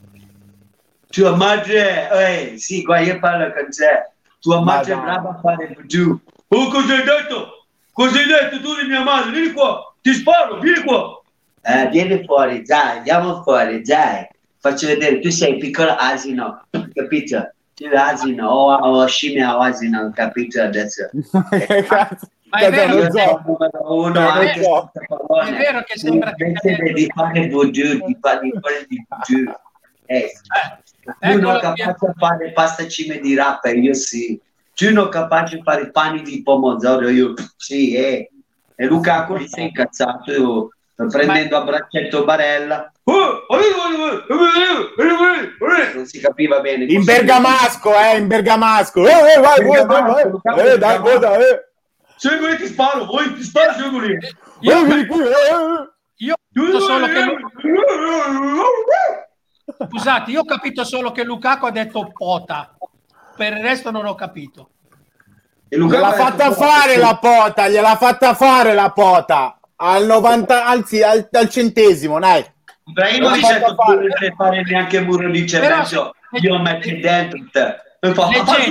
Tua madre, eh, sì, qua io parlo con te. Tua madre è brava a fare voodoo. Oh, cosa hai detto? Cosa hai detto tu di mia madre? Vieni qua, ti sparo, vieni qua. Eh, vieni fuori, dai, andiamo fuori, dai. Faccio vedere, tu sei piccolo asino, capito? Tu asino, o oh, oh, scimmia o asino, capito adesso? Che cazzo? Ma è vero, io sono numero uno, no, anche no. È vero che sembra che di fare voodoo, di fare di voodoo. Eh, tu non capace a fare pasta cime di rapa, io sì. Tu non capace a fare pani di pomodoro, io sì. Eh. E Lukaku si è incazzato io, prendendo a braccetto Barella. Non si capiva bene. In bergamasco, eh, in bergamasco. Eh, eh, vai, vai, vai, vai. Eh, dai, vai, dai. Segui, ti sparo, vuoi, ti sparo, segui. Io, io ho solo che Scusate, io ho capito solo che Lukaku ha detto pota, per il resto non ho capito. E gliel'ha fatta fare la pota, gliel'ha fatta fare la pota al novanta, anzi al, al centesimo, dai. Ibrahimovic non detto tu non sai fare neanche muro di cemento, io metto dentro te. E fa,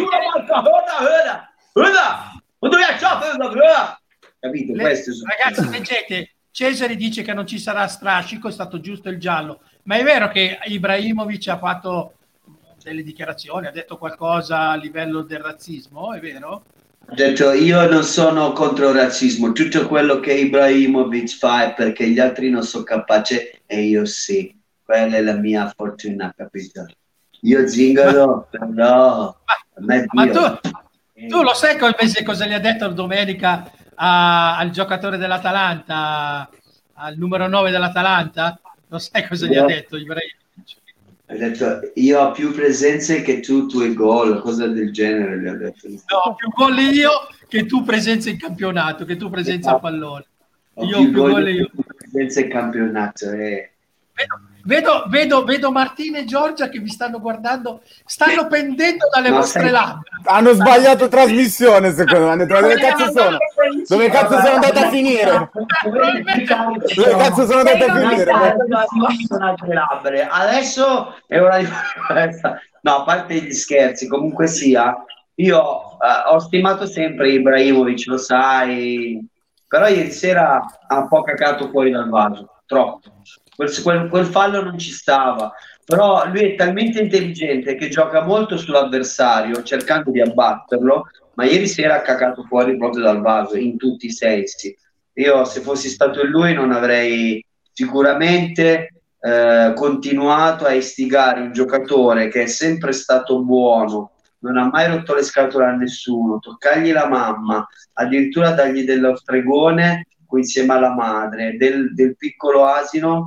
capito? Le, Questo ragazzi, leggete, Cesare dice che non ci sarà strascico, è stato giusto il giallo, ma è vero che Ibrahimovic ha fatto delle dichiarazioni, ha detto qualcosa a livello del razzismo, è vero? Ho detto io non sono contro il razzismo, tutto quello che Ibrahimovic fa è perché gli altri non sono capaci e io sì, quella è la mia fortuna, capito? Io zingaro, però ma, ma tu, tu lo sai invece cosa gli ha detto domenica a, al giocatore dell'Atalanta, al numero nove dell'Atalanta? Lo sai cosa gli ha detto Ibrahimovic? Ha detto io ho più presenze che tu, tu e gol, cosa del genere gli ha detto. No, più gol io che tu presenza in campionato, che tu presenza a pallone. Ho Io più, più gol gol io. presenza in campionato. Eh. Vedo, vedo, vedo Martina e Giorgia che vi stanno guardando, stanno pendendo dalle no, vostre sei... labbra. Hanno sbagliato trasmissione, secondo me. Dove cazzo sono? Dove cazzo sono andato a finire? Dove cazzo sono andato a finire? Sono altre labbra. Adesso è ora di fare. No, a parte gli scherzi, comunque sia, io uh, ho stimato sempre Ibrahimovic, lo sai, però ieri sera ha un po' cacato fuori dal vaso, troppo. Quel, quel, quel fallo non ci stava, però lui è talmente intelligente che gioca molto sull'avversario cercando di abbatterlo, ma ieri sera ha cacato fuori proprio dal vaso in tutti i sensi. Io se fossi stato lui non avrei sicuramente eh, continuato a istigare un giocatore che è sempre stato buono, non ha mai rotto le scatole a nessuno, toccargli la mamma, addirittura dargli dello stregone insieme alla madre del, del piccolo asino.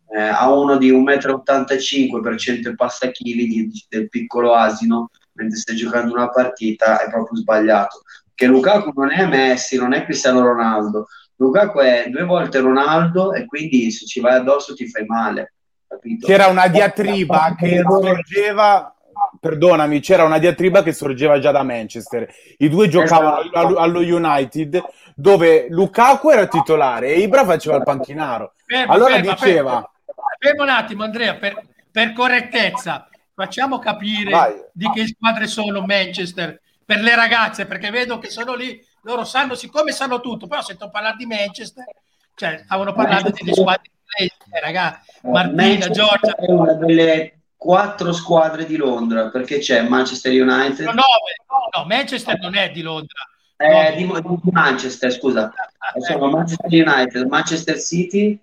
eh, a uno di un metro e ottantacinque per cento e passa chili di, del piccolo asino mentre stai giocando una partita è proprio sbagliato, che Lukaku non è Messi, non è Cristiano Ronaldo, Lukaku è due volte Ronaldo e quindi se ci vai addosso ti fai male, capito? C'era una diatriba che sorgeva, perdonami, c'era una diatriba che sorgeva già da Manchester. I due giocavano Esatto. allo, allo United, dove Lukaku era titolare e Ibra faceva il panchinaro. Ferma, Allora ferma, diceva... ferma. Fermo un attimo, Andrea, per, per correttezza, facciamo capire Vai. di che squadre sono Manchester per le ragazze, perché vedo che sono lì, loro sanno, siccome sanno tutto, però sento parlare di Manchester, cioè stavano parlando di squadre inglesi, ragazzi, Martina, Manchester Giorgia. è una delle quattro squadre di Londra, perché c'è Manchester United, No, no, no, Manchester non è di Londra. eh, No. di, di Manchester, scusa, Ah, sono Manchester United, Manchester City,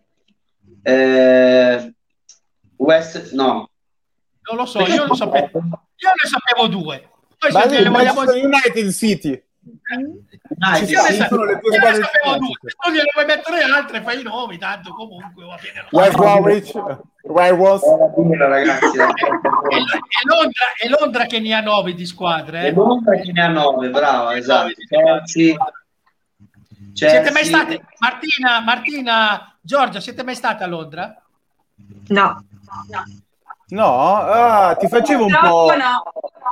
eh, West, no, Non lo so, io lo sapevo, io ne sapevo due. Poi Ma se lì, ne vogliamo Manchester United City. United, Io ne sì, sa- sono le due io ne squadre di sapevo due, Manchester. tu gliene vuoi mettere altre, fai i nomi, tanto comunque va bene. West Bromwich, Werewolves. era dura, ragazzi, la- È, è Londra, è Londra che ne ha nove di squadre. e Eh? Londra ce ne ha nove, brava, esatto. Chelsea, Siete mai Chelsea- state, Martina, Martina, Giorgia, siete mai state a Londra? No. No? Ah, ti facevo un Troppo po'... no.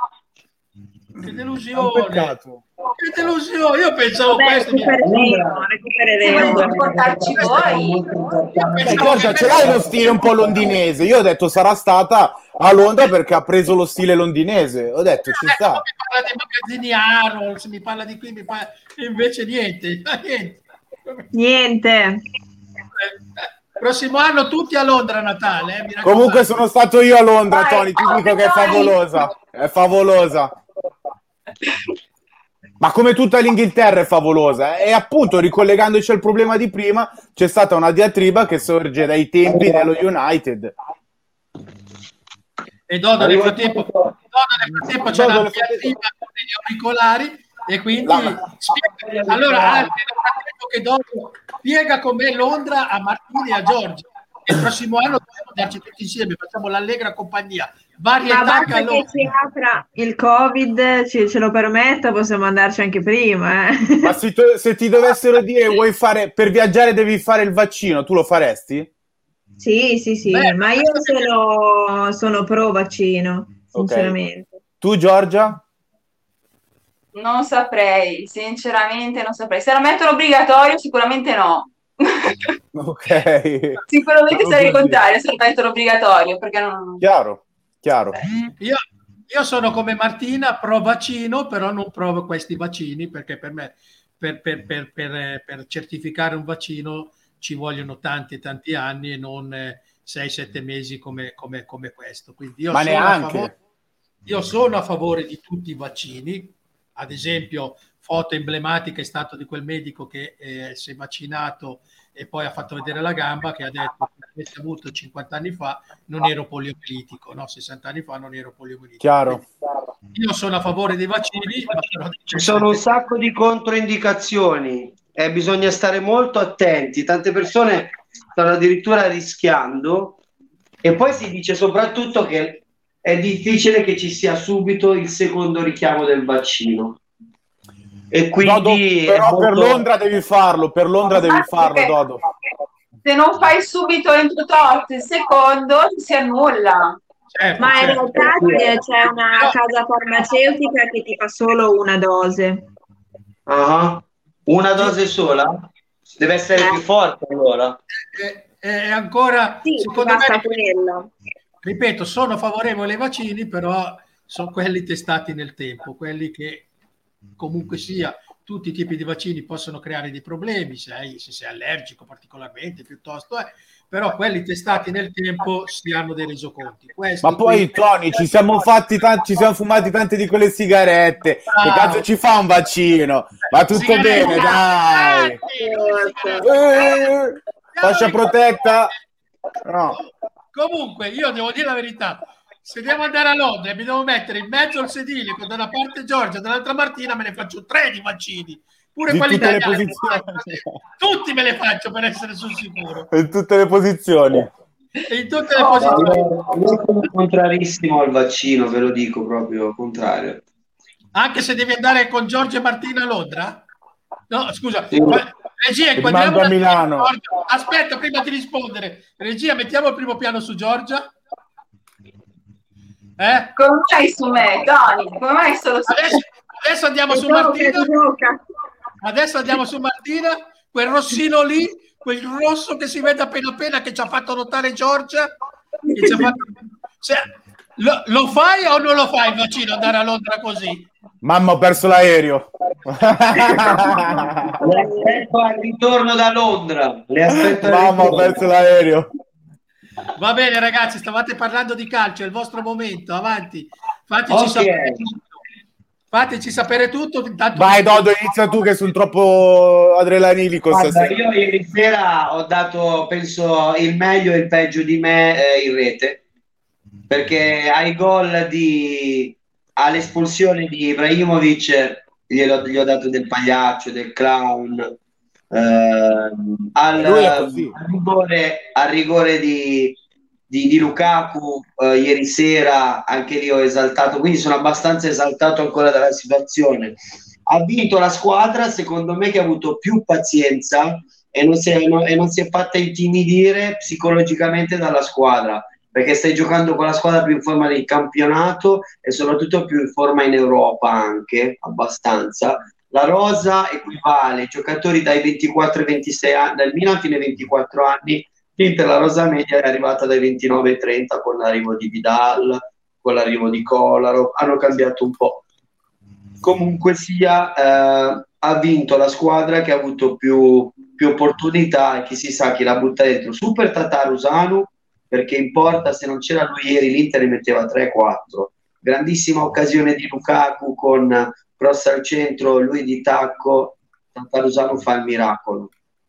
Che Un delusione. peccato. Che delusione. Io pensavo Vabbè, questo. Mi... recupereremo, Se recupereremo. volete portarci voi, Eh, Giorgia, ce l'hai lo stile un po' londinese? Io ho detto sarà stata a Londra perché ha preso lo stile londinese. Ho detto ci Eh, sta. mi parla dei magazzini Harold, mi parla di qui, mi parla... invece niente, niente. Niente. Prossimo anno tutti a Londra a Natale. Eh, mi raccomando. Comunque sono stato io a Londra, Vai, Tony, ti dico che è vai. favolosa. È favolosa. Ma come tutta l'Inghilterra è favolosa. E appunto, ricollegandoci al problema di prima, c'è stata una diatriba che sorge dai tempi dello United. E Dodo nel frattempo, Dodo nel frattempo c'è Dodo una nel frattempo- diatriba con gli auricolari e quindi La- spiega- allora anche nel frattempo che Dodo spiega com'è Londra a Martina e a Giorgia. E il prossimo anno dobbiamo darci tutti insieme, facciamo l'allegra compagnia. Ma Varietà basta che calore. si apra il Covid, ci- ce lo permetta, possiamo andarci anche prima. Eh. Ma se, to- se ti dovessero dire vuoi fare per viaggiare devi fare il vaccino, tu lo faresti? Sì, sì, sì, Beh, ma io sono, sono pro vaccino, Ok. sinceramente. Tu, Giorgia? non saprei, sinceramente non saprei. Se lo mettono obbligatorio, sicuramente no. Ok. Sicuramente No, sarei il così. contrario se lo mettono obbligatorio, perché non... Chiaro, chiaro. Io, io sono come Martina pro vaccino, però non provo questi vaccini perché per me, per, per, per, per, per certificare un vaccino ci vogliono tanti e tanti anni e non sei sette mesi come, come, come questo. Quindi io Ma sono a neanche. favore, io sono a favore di tutti i vaccini. Ad esempio, foto emblematica è stato di quel medico che eh, si è vaccinato e poi ha fatto vedere la gamba, che ha detto che avesse avuto cinquanta anni fa non ero poliomielitico, no? sessanta anni fa non ero poliomielitico. Chiaro. Io sono a favore dei vaccini, ma però Ci sono un sacco di controindicazioni e bisogna stare molto attenti. Tante persone stanno addirittura rischiando e poi si dice soprattutto che è difficile che ci sia subito il secondo richiamo del vaccino. E quindi Dodo, è però per molto- Londra devi farlo, per Londra devi farlo, Dodo. Se non fai subito entro tot il secondo, si annulla. certo, Ma in certo. realtà c'è c'è una casa farmaceutica che ti fa solo una dose. Ah, una dose sola? Deve essere più forte allora. E, e ancora, Sì, ti secondo basta me, quello. ripeto, sono favorevole ai vaccini, però sono quelli testati nel tempo, quelli che comunque sia, tutti i tipi di vaccini possono creare dei problemi, se, hai, se sei allergico particolarmente, piuttosto, eh, però quelli testati nel tempo si hanno dei resoconti. Questi Ma poi, qui- Tony, ci siamo fatti tanti, ci siamo fumati tante di quelle sigarette. Ah. Che cazzo ci fa un vaccino? Va tutto Sigarette. bene, dai. Ah, sì, non sigarette. Eh, fascia protetta? No. Comunque, io devo dire la verità. Se devo andare a Londra e mi devo mettere in mezzo al sedile con da una parte Giorgia e dall'altra Martina, me ne faccio tre di vaccini. Pure Di quelli tutte le italiani. posizioni. Tutti me le faccio per essere sul sicuro. In tutte le posizioni. in tutte le posizioni. Io, io sono contrarissimo al vaccino, ve lo dico proprio contrario. Anche se devi andare con Giorgio e Martina a Londra? No, scusa. Sì. Regia, inquadriamo a Milano. Aspetta, prima di rispondere. Regia, mettiamo il primo piano su Giorgia. Eh? Come mai su me, Tony? Come mai solo su Adesso, adesso andiamo su Martina. Adesso andiamo su Martina. Quel rossino lì, quel rosso che si vede appena appena che ci ha fatto notare Giorgia. Che ci ha fatto... Se... Lo, lo fai o non lo fai il vaccino andare a Londra così? Mamma, ho perso l'aereo. Le aspetto al ritorno da Londra. Le aspetto al Mamma, ho ritorno. perso l'aereo. Va bene ragazzi, stavate parlando di calcio, è il vostro momento, avanti. Fateci, Ok. sapere, tutto. Fateci sapere tutto. Intanto... Vai Dodo, inizia tu che sono troppo adrenalinico Guarda, stasera. io ieri sera ho dato, penso, il meglio e il peggio di me eh, in rete, perché ai gol di all'espulsione di Ibrahimovic glielo, gli ho dato del pagliaccio, del clown, eh, al, Lui è così. al rigore, al rigore di, di, di Lukaku eh, ieri sera anche lì ho esaltato, quindi sono abbastanza esaltato ancora dalla situazione. Ha vinto la squadra, secondo me, che ha avuto più pazienza e non si è, no, e non si è fatta intimidire psicologicamente dalla squadra, perché stai giocando con la squadra più in forma del campionato e soprattutto più in forma in Europa anche, abbastanza. La rosa equivale ai giocatori dai ventiquattro ai ventisei anni, dal Milan fino ai ventiquattro anni, mentre la rosa media è arrivata dai ventinove ai trenta con l'arrivo di Vidal, con l'arrivo di Kolarov, hanno cambiato un po'. Comunque sia, eh, ha vinto la squadra che ha avuto più, più opportunità e chi si sa chi la butta dentro. Super Tatarusanu, perché in porta, se non c'era lui ieri l'Inter ne metteva tre quattro. Grandissima occasione di Lukaku con cross al centro, lui di tacco, Tatarusanu fa il miracolo.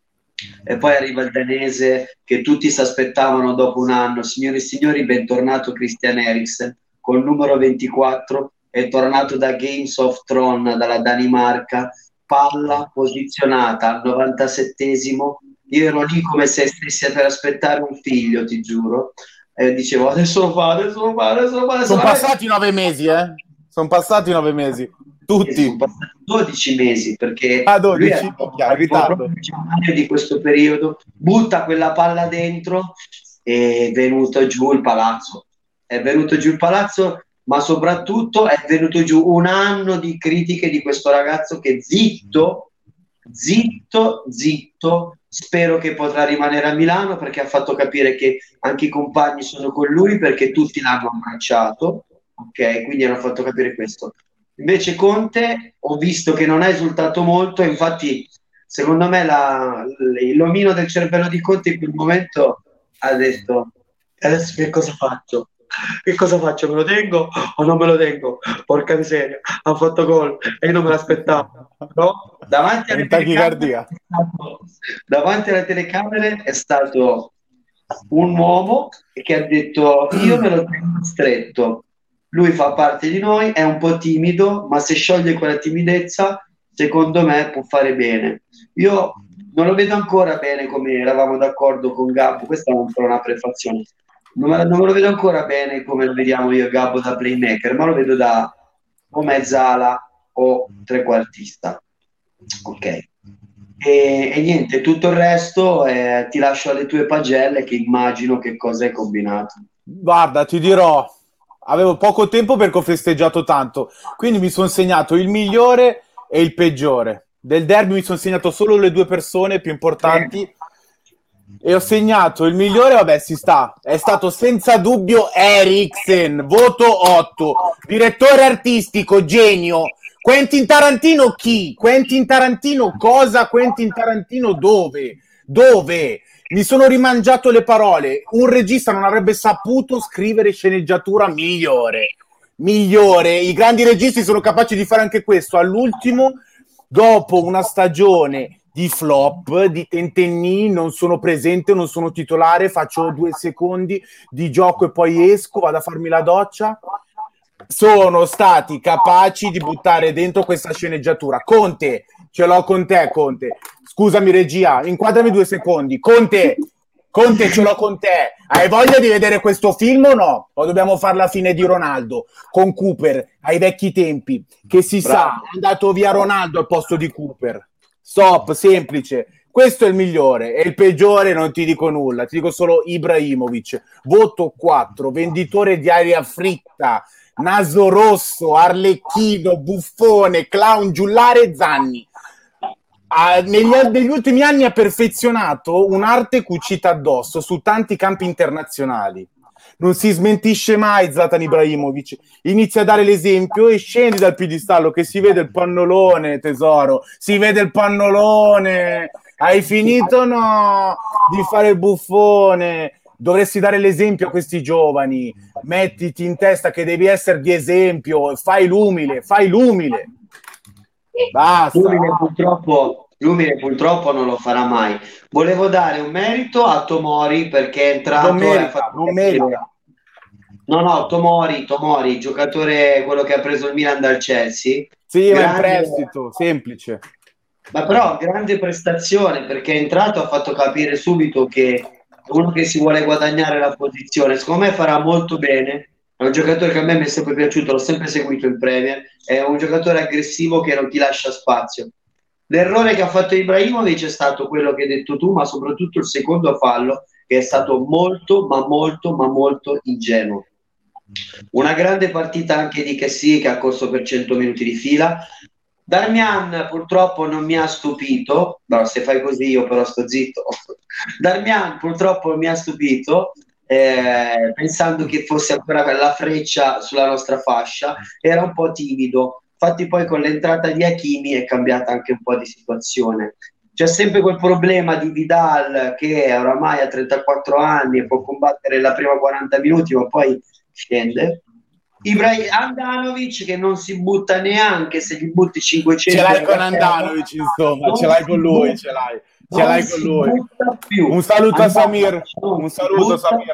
E poi arriva il danese che tutti si aspettavano dopo un anno. Signori e signori, bentornato Christian Eriksen col numero ventiquattro, è tornato da Games of Thrones, dalla Danimarca, palla posizionata al novantasettesimo. Io ero lì come se stessi per aspettare un figlio, ti giuro, e dicevo adesso lo fa, adesso lo fa, adesso lo fa, adesso Sono lo fa. passati nove mesi, eh? Sono passati nove mesi. Tutti. Sono passati dodici mesi, perché Ah, dodici, lui è chiaro, ritardo. proprio il gennaio di questo periodo, butta quella palla dentro e è venuto giù il palazzo. È venuto giù il palazzo, ma soprattutto è venuto giù un anno di critiche di questo ragazzo che zitto, zitto, zitto, spero che potrà rimanere a Milano perché ha fatto capire che anche i compagni sono con lui perché tutti l'hanno abbracciato, ok? Quindi hanno fatto capire questo. Invece Conte ho visto che non ha esultato molto, infatti secondo me la, l'omino del cervello di Conte in quel momento ha detto adesso che cosa faccio? Che cosa faccio? Me lo tengo o non me lo tengo? Porca miseria, ha fatto gol e io non me l'aspettavo. No? Davanti alle tachicardia. davanti alle telecamere è stato un uomo che ha detto io me lo tengo stretto, lui fa parte di noi, è un po' timido, ma se scioglie quella timidezza secondo me può fare bene. Io non lo vedo ancora bene come eravamo d'accordo con Gabbo, questa è un po' una prefazione, non me, non me lo vedo ancora bene come lo vediamo io e Gabbo da playmaker, ma lo vedo da o mezzala o trequartista. Ok, e, e niente, tutto il resto eh, ti lascio alle tue pagelle che immagino che cosa hai combinato. Guarda, ti dirò, avevo poco tempo perché ho festeggiato tanto, quindi mi sono segnato il migliore e il peggiore. Del derby mi sono segnato solo le due persone più importanti eh. e ho segnato il migliore, vabbè si sta, è stato senza dubbio Eriksen, voto otto, direttore artistico, genio. Quentin Tarantino chi? Quentin Tarantino cosa? Quentin Tarantino dove? Dove? Mi sono rimangiato le parole. Un regista non avrebbe saputo scrivere sceneggiatura migliore. Migliore. I grandi registi sono capaci di fare anche questo. All'ultimo, dopo una stagione di flop, di tentenni, non sono presente, non sono titolare, faccio due secondi di gioco e poi esco, vado a farmi la doccia. Sono stati capaci di buttare dentro questa sceneggiatura. Conte, ce l'ho con te, Conte. Scusami regia, inquadrami due secondi. Conte, Conte, ce l'ho con te. Hai voglia di vedere questo film o no? O dobbiamo fare la fine di Ronaldo con Cooper ai vecchi tempi? Che si Bravo. sa, è andato via Ronaldo al posto di Cooper. Stop, semplice. Questo è il migliore. E il peggiore non ti dico nulla. Ti dico solo Ibrahimovic. Voto quattro. Venditore di aria fritta. Naso rosso. Arlecchino. Buffone. Clown. Giullare. Zanni. Ah, negli, negli ultimi anni ha perfezionato un'arte cucita addosso su tanti campi internazionali. Non si smentisce mai Zlatan Ibrahimovic, inizia a dare l'esempio e scendi dal piedistallo che si vede il pannolone, tesoro, si vede il pannolone. Hai finito no di fare il buffone? Dovresti dare l'esempio a questi giovani, mettiti in testa che devi essere di esempio, fai l'umile, fai l'umile. Basta. L'umile purtroppo, l'umile purtroppo non lo farà mai. Volevo dare un merito a Tomori perché è entrato Non e ha merita, fatto non merita. No, no, Tomori, Tomori, giocatore quello che ha preso il Milan dal Chelsea. Sì, ma in Grande- prestito, semplice. Ma però grande prestazione perché è entrato, ha fatto capire subito che è uno che si vuole guadagnare la posizione. Secondo me farà molto bene. È un giocatore che a me mi è sempre piaciuto, l'ho sempre seguito in Premier. È un giocatore aggressivo che non ti lascia spazio. L'errore che ha fatto Ibrahimovic è stato quello che hai detto tu, ma soprattutto il secondo fallo, che è stato molto, ma molto, ma molto ingenuo. Una grande partita anche di Kessie che ha corso per cento minuti di fila. Darmian purtroppo non mi ha stupito, no, se fai così io però sto zitto. Darmian purtroppo mi ha stupito, eh, pensando che fosse ancora quella freccia sulla nostra fascia, era un po' timido. Infatti poi con l'entrata di Hakimi è cambiata anche un po' di situazione. C'è sempre quel problema di Vidal che oramai ha trentaquattro anni e può combattere la prima quaranta minuti ma poi scende. Ibrahim Andanovic che non si butta neanche se gli butti cinquecento. Ce l'hai con Andanovic, insomma, ce l'hai con lui, ce l'hai, ce l'hai con lui. Un saluto a Samir, un saluto a Samir.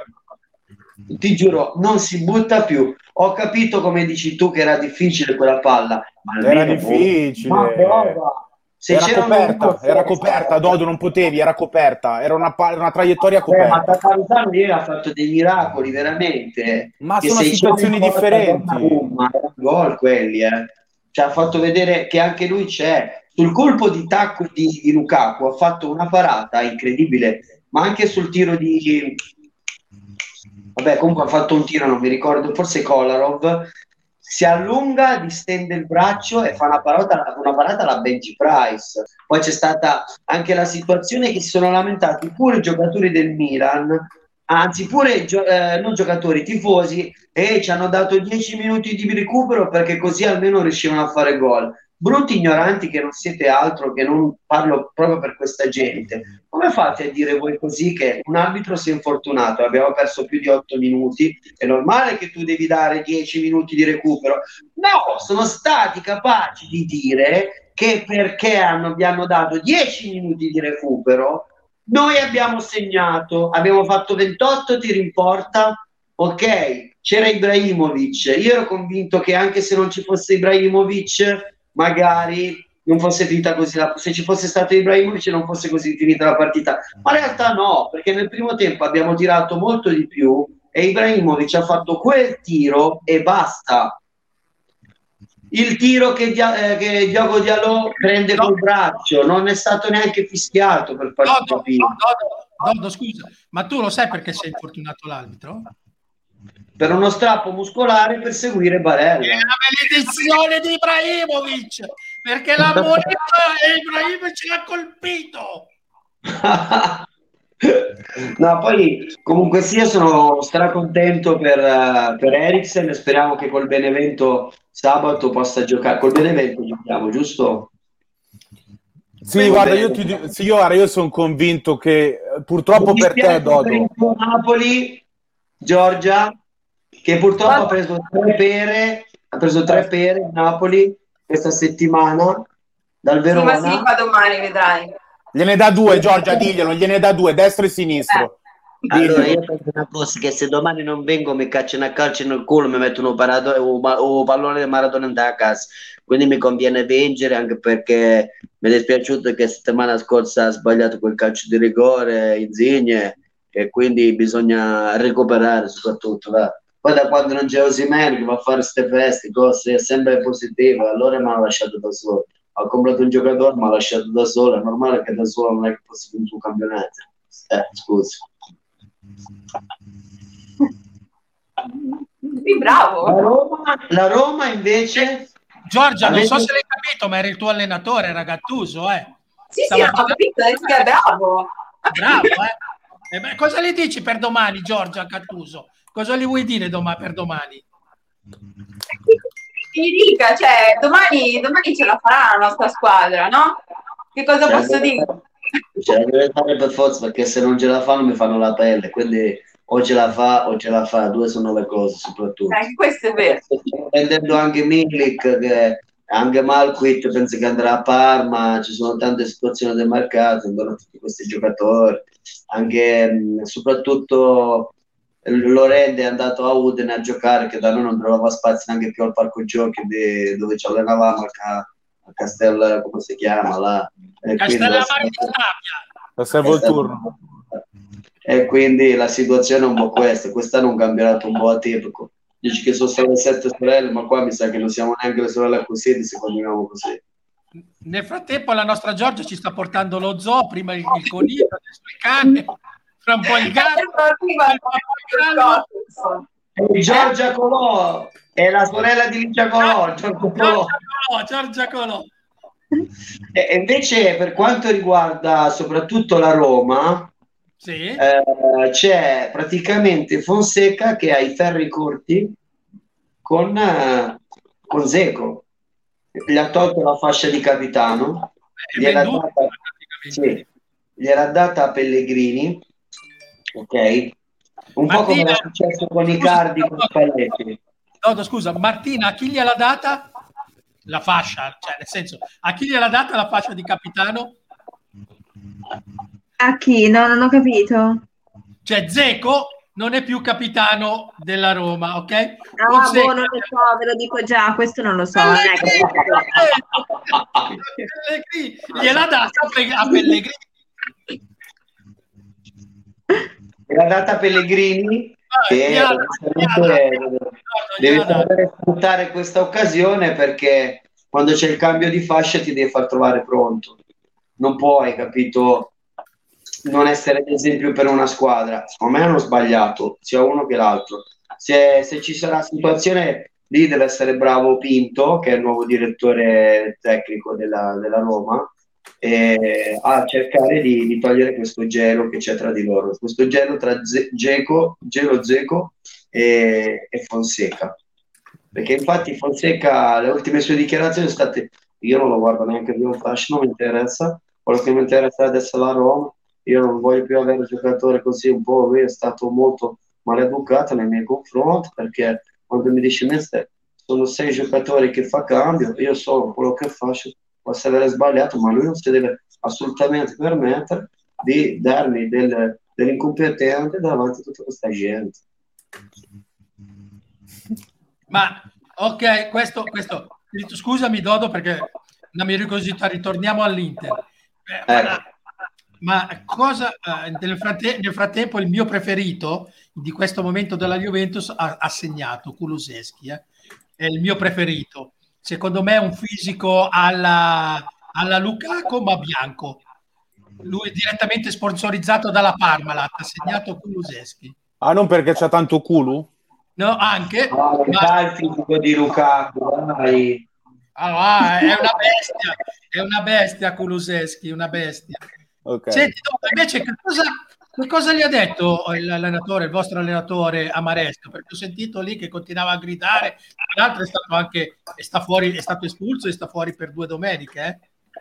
Ti giuro, non si butta più. Ho capito come dici tu che era difficile quella palla, ma Era almeno- difficile. Ma prova. Se Era c'era coperta, un- era coperta, Dodo, non potevi, era coperta, era una, pa- una traiettoria Eh, ma coperta. Tatarusano ieri ha fatto dei miracoli, veramente. Ma Che sono se situazioni c'era in porta differenti. Donnarumma, erano gol quelli, eh. Ci ha fatto vedere che anche lui c'è. Sul colpo di tacco di, di Lukaku ha fatto una parata incredibile, ma anche sul tiro di... Vabbè, comunque ha fatto un tiro, non mi ricordo, forse Kolarov. Si allunga, distende il braccio e fa una parata, una parata alla Benji Price. Poi c'è stata anche la situazione che si sono lamentati pure i giocatori del Milan, anzi pure gio- eh, non giocatori, tifosi, e ci hanno dato dieci minuti di recupero perché così almeno riuscivano a fare gol. Brutti ignoranti che non siete altro, che non parlo proprio per questa gente. Come fate a dire voi così che un arbitro si è infortunato, abbiamo perso più di otto minuti, è normale che tu devi dare dieci minuti di recupero? No, sono stati capaci di dire che perché hanno, abbiamo dato dieci minuti di recupero, noi abbiamo segnato, abbiamo fatto ventotto tiri in porta, ok, c'era Ibrahimovic, io ero convinto che anche se non ci fosse Ibrahimovic magari non fosse finita così la, se ci fosse stato Ibrahimovic non fosse così finita la partita, ma in realtà no, perché nel primo tempo abbiamo tirato molto di più e Ibrahimovic ha fatto quel tiro e basta. Il tiro che, Dia- eh, che Diogo Diallo prende No. col braccio non è stato neanche fischiato per farci Dodo, capire. Dodo, Dodo, scusa, ma tu lo sai perché si è infortunato l'arbitro? Per uno strappo muscolare per seguire È Barella. la maledizione di Ibrahimovic, perché la moneta e Ibrahimovic l'ha colpito. No, poi comunque sia sono stracontento per, eh, per Eriksen e speriamo che col Benevento sabato possa giocare. Col Benevento giochiamo, giusto? Sì, Beh, guarda, bene. io, ti, di- sì, io, guarda, io sono convinto che eh, purtroppo Mi per te, dispiace per Dodo, il tuo Napoli, Giorgia, che purtroppo ha preso tre pere, ha preso tre pere il Napoli questa settimana dal Sì, ma Verona. sì, fa domani, vedrai. gliene dà due, Giorgia, diglielo, gliene dà due, destro e sinistro. Allora, Diglielo. io penso una cosa, che se domani non vengo mi cacciano a calcio nel culo, mi mettono un parado- un ma- un pallone di Maradona da casa, quindi mi conviene vincere, anche perché mi è dispiaciuto che settimana scorsa ha sbagliato quel calcio di rigore Insigne, e quindi bisogna recuperare soprattutto. Va. Poi da quando non c'è Osimhen che va a fare queste feste, cose, è sempre positivo, allora mi ha lasciato da solo. Ho comprato un giocatore, mi ha lasciato da solo, è normale che da solo non è che possa vincere un campionato. Eh, scusi. Sì, bravo. La Roma, la Roma invece... Giorgia, non avete... so se l'hai capito, ma era il tuo allenatore, era Gattuso, eh. Sì, sì, ho capito, è bravo. Bravo, eh. E beh, cosa gli dici per domani, Giorgia, a Gattuso? Cosa gli vuoi dire domani, per domani? Mi dica, cioè, domani, domani ce la farà la nostra squadra, no? Che cosa ce posso la dire? Ce la deve fare per forza, perché se non ce la fanno mi fanno la pelle, quindi o ce la fa o ce la fa, due sono le cose soprattutto. Eh, questo è vero. Prendendo anche Milik, che anche Malquit penso che andrà a Parma, ci sono tante situazioni del mercato, andranno tutti questi giocatori, anche mh, soprattutto Lorente è andato a Udine a giocare, che da noi non trovava spazio neanche più al parco giochi di, dove ci allenavamo a, a Castel, come si chiama là? Castellammare di Stabia. Osservo il turno. E quindi la situazione è un po' questa, quest'anno è un campionato un po' atipico. Dici che sono state sette sorelle, ma qua mi sa che non siamo neanche le sorelle acquisite se continuiamo così. Nel frattempo la nostra Giorgia ci sta portando lo zoo, prima il, il coniglio, adesso il cane, fra un po' il gatto, e Giorgia Colò è la sorella di Licia Colò, Giorgia Colò. Giorgia Colò. E invece per quanto riguarda soprattutto la Roma, sì. eh, c'è praticamente Fonseca che ha i ferri corti con, eh, con Dzeko, gli ha tolto la fascia di capitano, gliel'ha data, sì, gliel'ha data a Pellegrini, ok? Un Martina, po' come è successo con i Cardi con Spalletti. No, no, scusa, Martina, a chi gliel'ha data la fascia? Cioè, nel senso, a chi gliel'ha data la fascia di capitano? A chi? No, non ho capito. Cioè, Dzeko non è più capitano della Roma, ok? Ah, boh, non lo so, ve lo dico già, questo non lo so. Non è che... Pellegrini, gliel'ha data a Pellegrini. Gliel'ha data a Pellegrini, ah, che gliela, deve, deve saper sfruttare questa occasione, perché quando c'è il cambio di fascia ti devi far trovare pronto. Non puoi, capito, non essere ad esempio per una squadra. Secondo me hanno sbagliato sia uno che l'altro. Se, se ci sarà situazione lì deve essere bravo Pinto, che è il nuovo direttore tecnico della, della Roma, e a cercare di, di togliere questo gelo che c'è tra di loro, questo gelo tra Dzeko, Gelo Dzeko e, e Fonseca, perché infatti Fonseca, le ultime sue dichiarazioni sono state: io non lo guardo neanche più un fascio, non mi interessa, quello che mi interessa adesso è la Roma, io non voglio più avere un giocatore così. Un po' lui è stato molto maleducato nei miei confronti, perché quando mi dice mister, sono sei giocatori che fa cambio, io so quello che faccio, posso avere sbagliato, ma lui non si deve assolutamente permettere di darmi del, dell'incompetente davanti a tutta questa gente. Ma ok, questo, questo scusami Dodo, perché la mia curiosità, ritorniamo all'Inter. Eh, ecco. ma, ma cosa eh, nel, fratte- nel frattempo il mio preferito di questo momento della Juventus ha, ha segnato Kulusevski, eh? È il mio preferito. Secondo me è un fisico alla, alla Lukaku, ma bianco. Lui è direttamente sponsorizzato dalla Parmalat, ha segnato Kulusevski. Ah, non perché c'ha tanto culo? No, anche. No, ma... dai, il fisico di Lukaku, dai. Ah, è una bestia, è una bestia Kulusevski, una bestia. Okay. Senti, invece che cosa, che cosa gli ha detto l'allenatore, il vostro allenatore a Maresca? Perché ho sentito lì che continuava a gridare. Tra l'altro è stato anche è sta fuori, è stato espulso e sta fuori per due domeniche. Eh?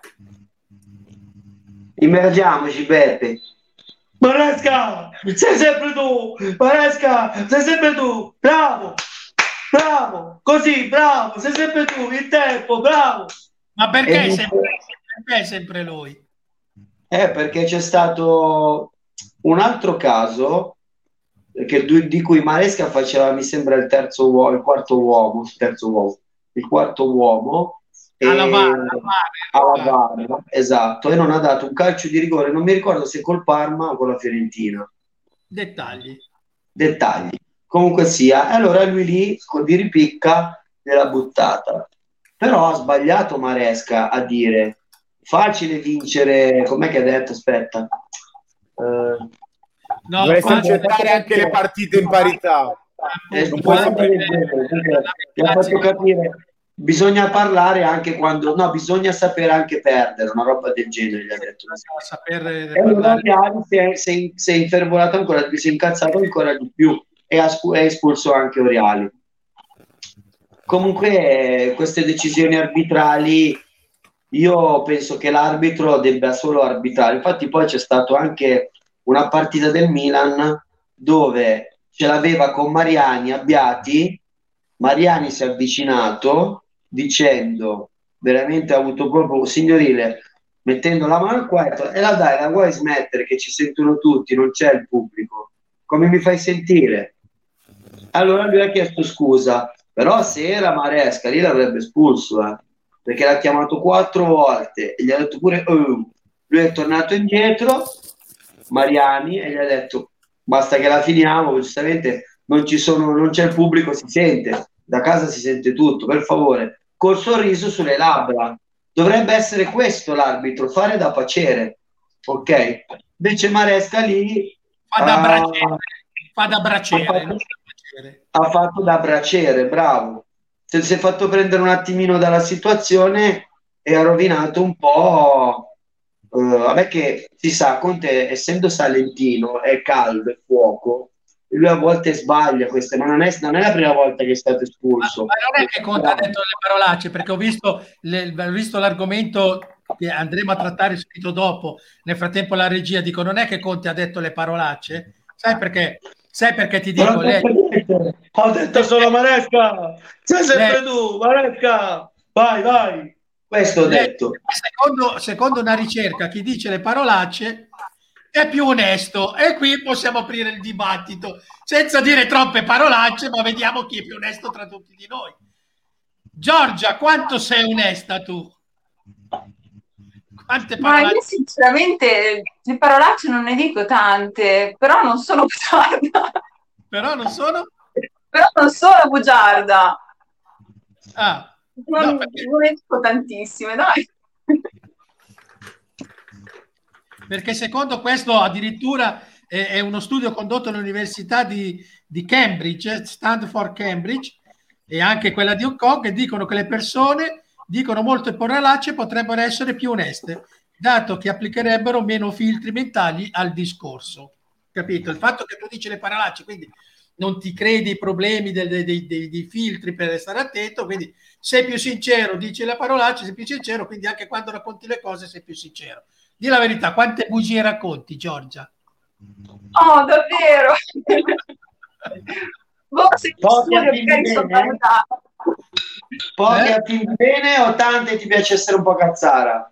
Immergiamoci, Beppe. Maresca, sei sempre tu. Maresca, sei sempre tu. Bravo, bravo, così, bravo, sei sempre tu. Il tempo, bravo. Ma perché è e sempre, perché è sempre lui? Eh, perché c'è stato un altro caso che, di cui Maresca faceva, mi sembra, il terzo uomo, il quarto uomo, il terzo uomo, il quarto uomo alla VAR, alla VAR, esatto, e non ha dato un calcio di rigore, non mi ricordo se col Parma o con la Fiorentina, Dettagli. Dettagli. Comunque sia, e allora lui lì con di ripicca gliel'ha buttata. Però ha sbagliato Maresca a dire facile vincere, com'è che ha detto? Aspetta. Eh, no, dovresti facile... accettare anche le partite in parità. Eh, non puoi gli ha fatto capire, bisogna parlare anche quando no, bisogna sapere anche perdere, una roba del genere gli ha detto. Sapere e allora si è, si, è, si è infervorato ancora, si è incazzato ancora di più e ha è espulso anche Oriali. Comunque queste decisioni arbitrali io penso che l'arbitro debba solo arbitrare. Infatti poi c'è stato anche una partita del Milan dove ce l'aveva con Mariani Abbiati, Mariani si è avvicinato dicendo, veramente ha avuto proprio signorile, mettendo la mano al cuore, e la dai, la vuoi smettere che ci sentono tutti, non c'è il pubblico, come mi fai sentire? Allora lui ha chiesto scusa, però se era Maresca lì l'avrebbe espulso, eh, perché l'ha chiamato quattro volte e gli ha detto pure oh. Lui è tornato indietro Mariani e gli ha detto basta che la finiamo, giustamente non ci sono, non c'è il pubblico, si sente, da casa si sente tutto, per favore, col sorriso sulle labbra. Dovrebbe essere questo l'arbitro, fare da pacere, ok? Invece Maresca lì fa da uh, bracere, fa da bracere, ha fatto, ha fatto da bracere, bravo. Si è fatto prendere un attimino dalla situazione e ha rovinato un po'. Uh, vabbè che si sa, Conte essendo salentino è caldo, è fuoco, lui a volte sbaglia queste, ma non è, non è la prima volta che è stato espulso. Ma, ma non è che Conte ha detto le parolacce, perché ho visto, le, ho visto l'argomento che andremo a trattare subito dopo. Nel frattempo la regia dico non è che Conte ha detto le parolacce, sai perché? Sai perché ti dico? Lei... Ho detto solo Maresca, sei sempre lei... tu, Maresca, vai, vai. Questo ho lei, detto. Secondo, secondo una ricerca, chi dice le parolacce è più onesto, e qui possiamo aprire il dibattito senza dire troppe parolacce, ma vediamo chi è più onesto tra tutti di noi. Giorgia, quanto sei onesta tu? Quante parolacce? Ma io sinceramente le parolacce non ne dico tante, però non sono bugiarda. Però non sono? Però non sono bugiarda. Ah. Non, No, perché... non ne dico tantissime, dai. Perché secondo questo addirittura è, è uno studio condotto all'università di, di Cambridge, Stanford Cambridge, e anche quella di Hong Kong, che dicono che le persone dicono molte parolacce potrebbero essere più oneste, dato che applicherebbero meno filtri mentali al discorso. Capito? Il fatto che tu dici le parolacce, quindi non ti credi i problemi dei, dei, dei, dei filtri per stare attento, quindi sei più sincero, dici le parolacce, sei più sincero, quindi anche quando racconti le cose sei più sincero. Dì la verità, quante bugie racconti, Giorgia? Oh, davvero? Poche eh? Attivi bene o tante ti piace essere un po' cazzara?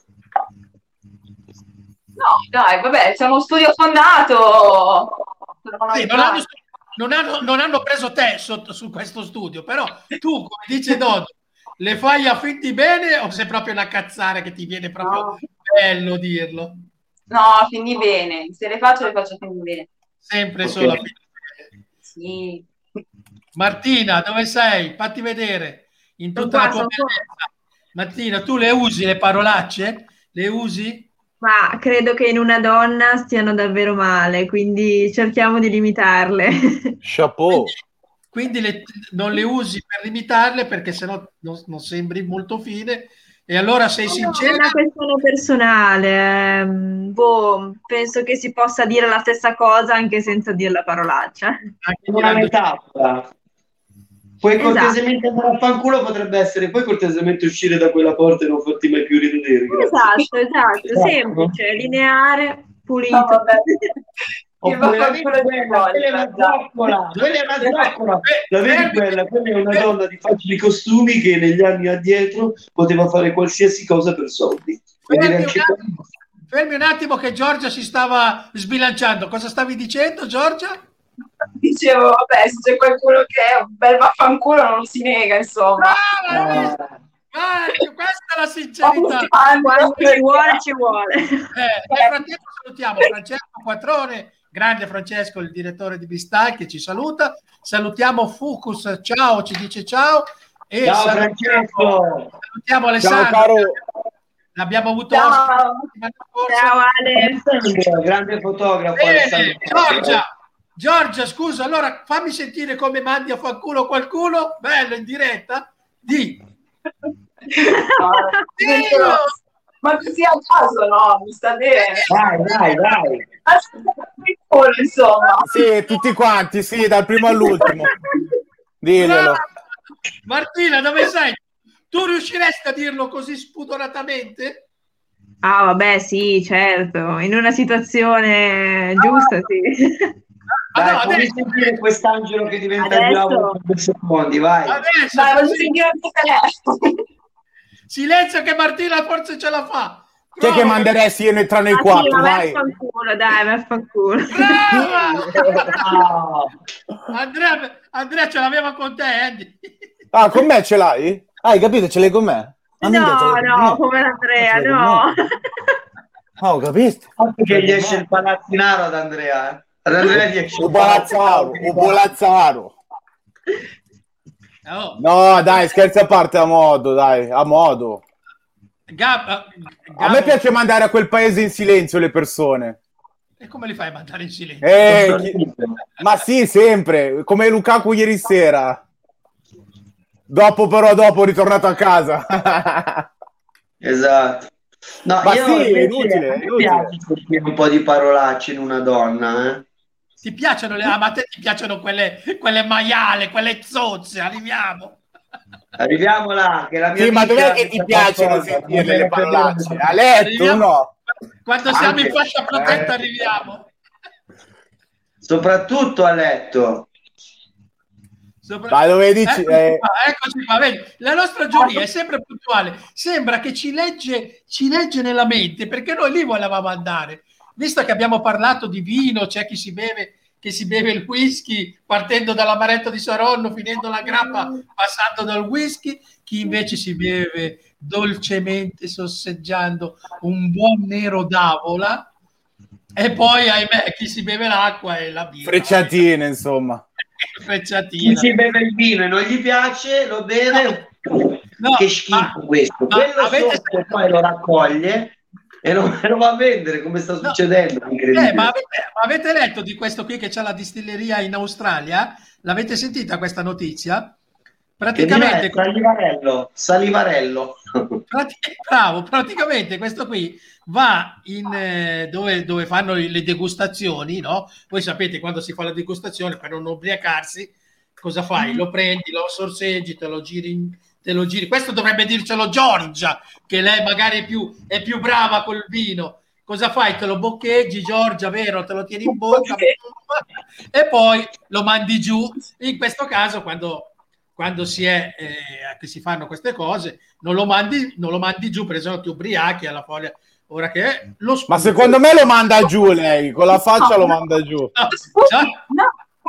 No, dai, vabbè, c'è uno studio fondato. Sì, non, hanno, non, hanno, non hanno preso te sotto, su questo studio, però tu, come dice Dodo, le fai a finti bene o sei proprio una cazzara che ti viene proprio no. bello dirlo? No, finì bene. Se le faccio, le faccio finì bene. Sempre okay. Solo a finì bene. Sì. Martina, dove sei? Fatti vedere. In tutta qua, la tua bellezza. Martina, tu le usi le parolacce? Le usi? Ma credo che in una donna stiano davvero male, quindi cerchiamo di limitarle. Chapeau. Quindi, quindi le, non le usi per limitarle perché sennò non, non sembri molto fine. E allora sei sincera? No, è una questione personale. Boh, penso che si possa dire la stessa cosa anche senza dire la parolaccia. Anche una metafora. Puoi cortesemente esatto. andare a fanculo, potrebbe essere puoi cortesemente uscire da quella porta e non farti mai più rivedere. Esatto, esatto, esatto, semplice, lineare, pulito. No, Oppure la vedi quella, quella è una zoccola, quella è una zoccola, la vedi quella, quella è una donna di facili costumi che negli anni addietro poteva fare qualsiasi cosa per soldi. Fermi un, attimo, fermi un attimo che Giorgia si stava sbilanciando, cosa stavi dicendo Giorgia? Dicevo, vabbè, se c'è qualcuno che è un bel vaffanculo non si nega, insomma. Ah, ah, questa è la sincerità. Quando ci vuole, ci vuole. Eh, nel frattempo salutiamo Francesco Quattrone grande Francesco, il direttore di Bistal, che ci saluta. Salutiamo Fucus, ciao, ci dice ciao. E ciao salutiamo, Francesco. Salutiamo Alessandro. Ciao, caro. L'abbiamo avuto Ciao, ciao Ale. Grande fotografo. Bene, Giorgia, Giorgia, scusa, allora fammi sentire come mandi a fanculo qualcuno, bello, in diretta, di. Dico, ma così a caso, no? Mi sta bene. Vai, vai, vai. Insomma. Sì, tutti quanti, sì, dal primo all'ultimo. Diglielo. Martina, dove sei? Tu riusciresti a dirlo così spudoratamente? Ah, vabbè, sì, certo. In una situazione giusta, sì. Ah, Dai, no, fammi adesso, sentire quest'angelo che diventa Adesso- diavolo in due secondi, vai. adesso Dai, voglio così. sentire anche te. Silenzio che Martina forse ce la fa. Chi è che Prova. manderesti io tra noi Ah, sì, quattro, ma vai. vaffanculo, dai, vaffanculo. Brava! Ah, Andrea, Andrea ce l'aveva con te, Andy. Ah, con me ce l'hai? Ah, hai capito, ce l'hai con me? Ah, minchia, ce No, l'hai con no, me. come Andrea, Ce l'hai con no. me. Ah, ho capito. che gli esce il palazzinaro ad Andrea. Eh. Ad Andrea gli esce O il Bolazzaro, o Bolazzaro. Oh, No, dai, scherzi a parte, a modo, dai, a modo. Gab, A Gab- me piace mandare a quel paese in silenzio le persone. E come li fai a mandare in silenzio? Eh, chi- Ma sì, sempre, come Lukaku ieri sera. Dopo però, dopo è ritornato a casa. Esatto. No, Ma io sì, è invece- inutile, è mi inutile. piace sentire un po' di parolacce in una donna, eh. Ti piacciono le... Ah, ma a te ti piacciono quelle, quelle maiale, quelle zozze, arriviamo. Arriviamo là, che la mia Sì, ma amica dov'è che mi ti sta piacciono qualcosa, sentire non le me parolacce? ne A letto, Arriviamo- no? Quando siamo Anche, in fascia protetta eh. arriviamo. Soprattutto a letto. Sopra- Ma dove dici? Eccoci eh, qua, eccoci qua, vedi, la nostra giuria è sempre puntuale, sembra che ci legge, ci legge nella mente, perché noi lì volevamo andare, visto che abbiamo parlato di vino, c'è chi si beve, che si beve il whisky partendo dall'amaretto di Saronno, finendo la grappa, passando dal whisky, chi invece si beve dolcemente sosseggiando un buon nero d'avola, e poi ahimè chi si beve l'acqua e la birra. Frecciatine, insomma. Chi Frecciatina. si beve il vino e non gli piace, lo beve. No, Che schifo ma- questo. ma Quello avete- sotto poi lo raccoglie e lo, e lo va a vendere, come sta succedendo. Incredibile. Eh, ma, avete, ma avete letto di questo qui che c'ha la distilleria in Australia? L'avete sentita questa notizia? Che vino è? Praticamente, Salivarello. Salivarello. prati- bravo, praticamente questo qui va in eh, dove, dove fanno le degustazioni, no? Voi sapete quando si fa la degustazione per non ubriacarsi, cosa fai? Lo prendi, lo sorseggi, te lo giri, in- te lo giri. Questo dovrebbe dircelo Giorgia, che lei magari è più, è più brava col vino. Cosa fai? Te lo boccheggi, Giorgia, vero? Te lo tieni in bocca e poi lo mandi giù. In questo caso, quando, quando si è eh, che si fanno queste cose, non lo mandi, non lo mandi giù, per esempio ti ubriachi alla foglia. Ora che è lo Ma secondo me lo manda giù lei, con la faccia lo manda giù. No, Scusi, già- no,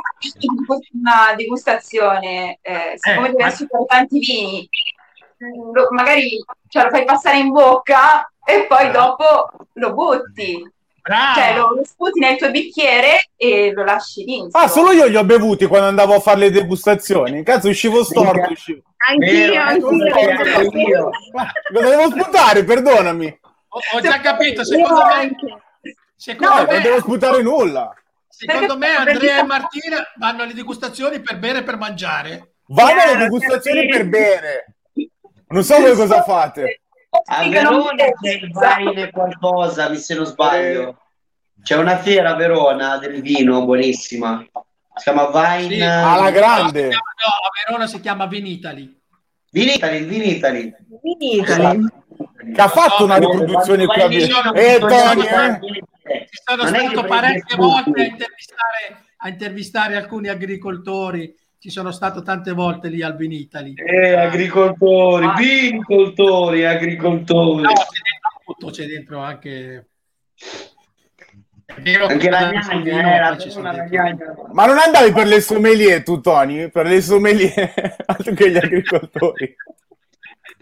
una degustazione, eh, siccome Eh, devi ma- assumere tanti vini, lo- magari ce lo fai passare in bocca e poi Ah. dopo lo butti, brava. cioè lo, lo sputi nel tuo bicchiere e lo lasci lì. Ah, insomma. solo io li ho bevuti quando andavo a fare le degustazioni. Cazzo, uscivo storto. Uscivo. Anch'io, Vero, anch'io. anche io. Ma lo devo spuntare, perdonami. Ho, ho già capito, secondo Io me, anche. secondo No, me, non devo sputare nulla. secondo me Perché- Andrea e Martina vanno alle degustazioni per bere e per mangiare. Vanno alle Chiaro, degustazioni sì. per bere. Non so voi cosa fate. A Sì, che non Verona mi c'è il pensa. Wine qualcosa, mi se non sbaglio. C'è una fiera a Verona del vino buonissima. Si chiama Wine. Sì. Alla grande. No, a Verona si chiama Vinitali. Vinitali, Vinitali. Vinitali. Che ha fatto una riproduzione qui a Vino. Eh, Tony, eh? Ci sono Non è che stato prendi parecchie il volte a frutto. intervistare, a intervistare alcuni agricoltori. Ci sono stato tante volte lì al Vinitali. Eh, agricoltori, vinicoltori, agricoltori. No, c'è dentro tutto, c'è dentro anche. È vero Anche che la danno sul gnagna, vino, eh, la poi ci sono Verona, la dentro- gnagna. Ma non andavi per le sommelier tu, Tony? Per le sommelier, altro che gli agricoltori.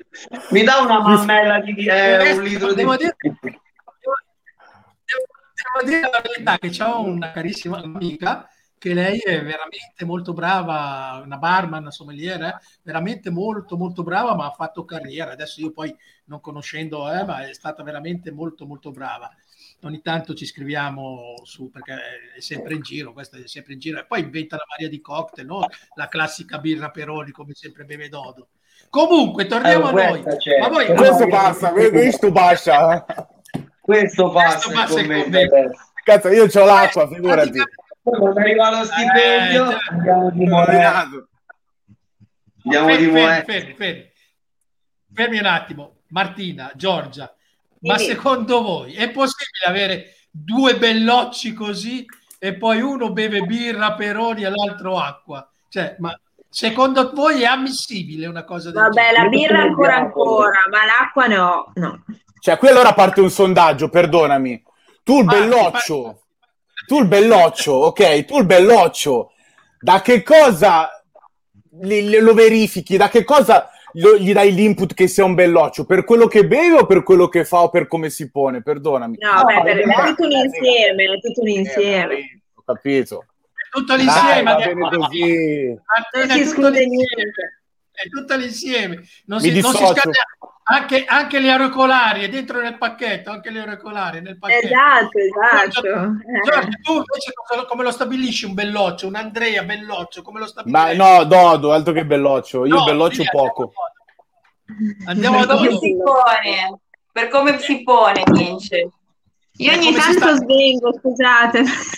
Mi dà una mammella di eh, Adesso un litro di devo dire- Devo, devo dire la verità che c'ho una carissima amica che lei è veramente molto brava, una barman, una sommelier, veramente molto molto brava, ma ha fatto carriera. Adesso io poi non conoscendo, eh, ma è stata veramente molto molto brava. Ogni tanto ci scriviamo su perché è sempre in giro, questa è sempre in giro, e poi inventa la Maria di cocktail, no? La classica birra Peroni come sempre beve Dodo. Comunque torniamo Eh, a noi. c'è. Ma voi, Questo passa, questo passa. Questo passa, Questo passa il il commento adesso. Cazzo, io c'ho l'acqua, figurati. Quando arriva lo stipendio, Eh, andiamo di Ho Moè. rovinato. Andiamo fermi, di fermi, Moè. fermi, fermi. Fermi un attimo, Martina, Giorgia, ma Sì. secondo voi è possibile avere due bellocci così e poi uno beve birra Peroni e l'altro acqua? Cioè, ma secondo voi è ammissibile una cosa del Vabbè, genere? la birra ancora ancora, ma l'acqua no, no. Cioè, qui allora parte un sondaggio, perdonami. Tu il Parti, belloccio, tu il belloccio, ok, tu il belloccio, da che cosa li- li- lo verifichi? Da che cosa lo- gli dai l'input che sia un belloccio? Per quello che beve o per quello che fa o per come si pone? Perdonami. No, beh, per- è ma- tutto un insieme, è tutto un insieme. Eh, ho capito. Tutto Dai, l'insieme, va adesso- bene così. Non Martina, si è tutto esclude l'insieme. niente. È tutto l'insieme. Non Mi si, non si dissocio. scambia anche, anche le auricolari, è dentro nel pacchetto, anche le auricolari nel pacchetto. Esatto, esatto. Giorgio, tu invece come- come lo stabilisci un belloccio, un Andrea belloccio, come lo Ma stabilisci? no, Dodo, altro che belloccio. Io No, belloccio via, poco. Andiamo a Per come Dodo. si pone, per come si pone, vince. Io E ogni come si tanto sta- svengo, scusate.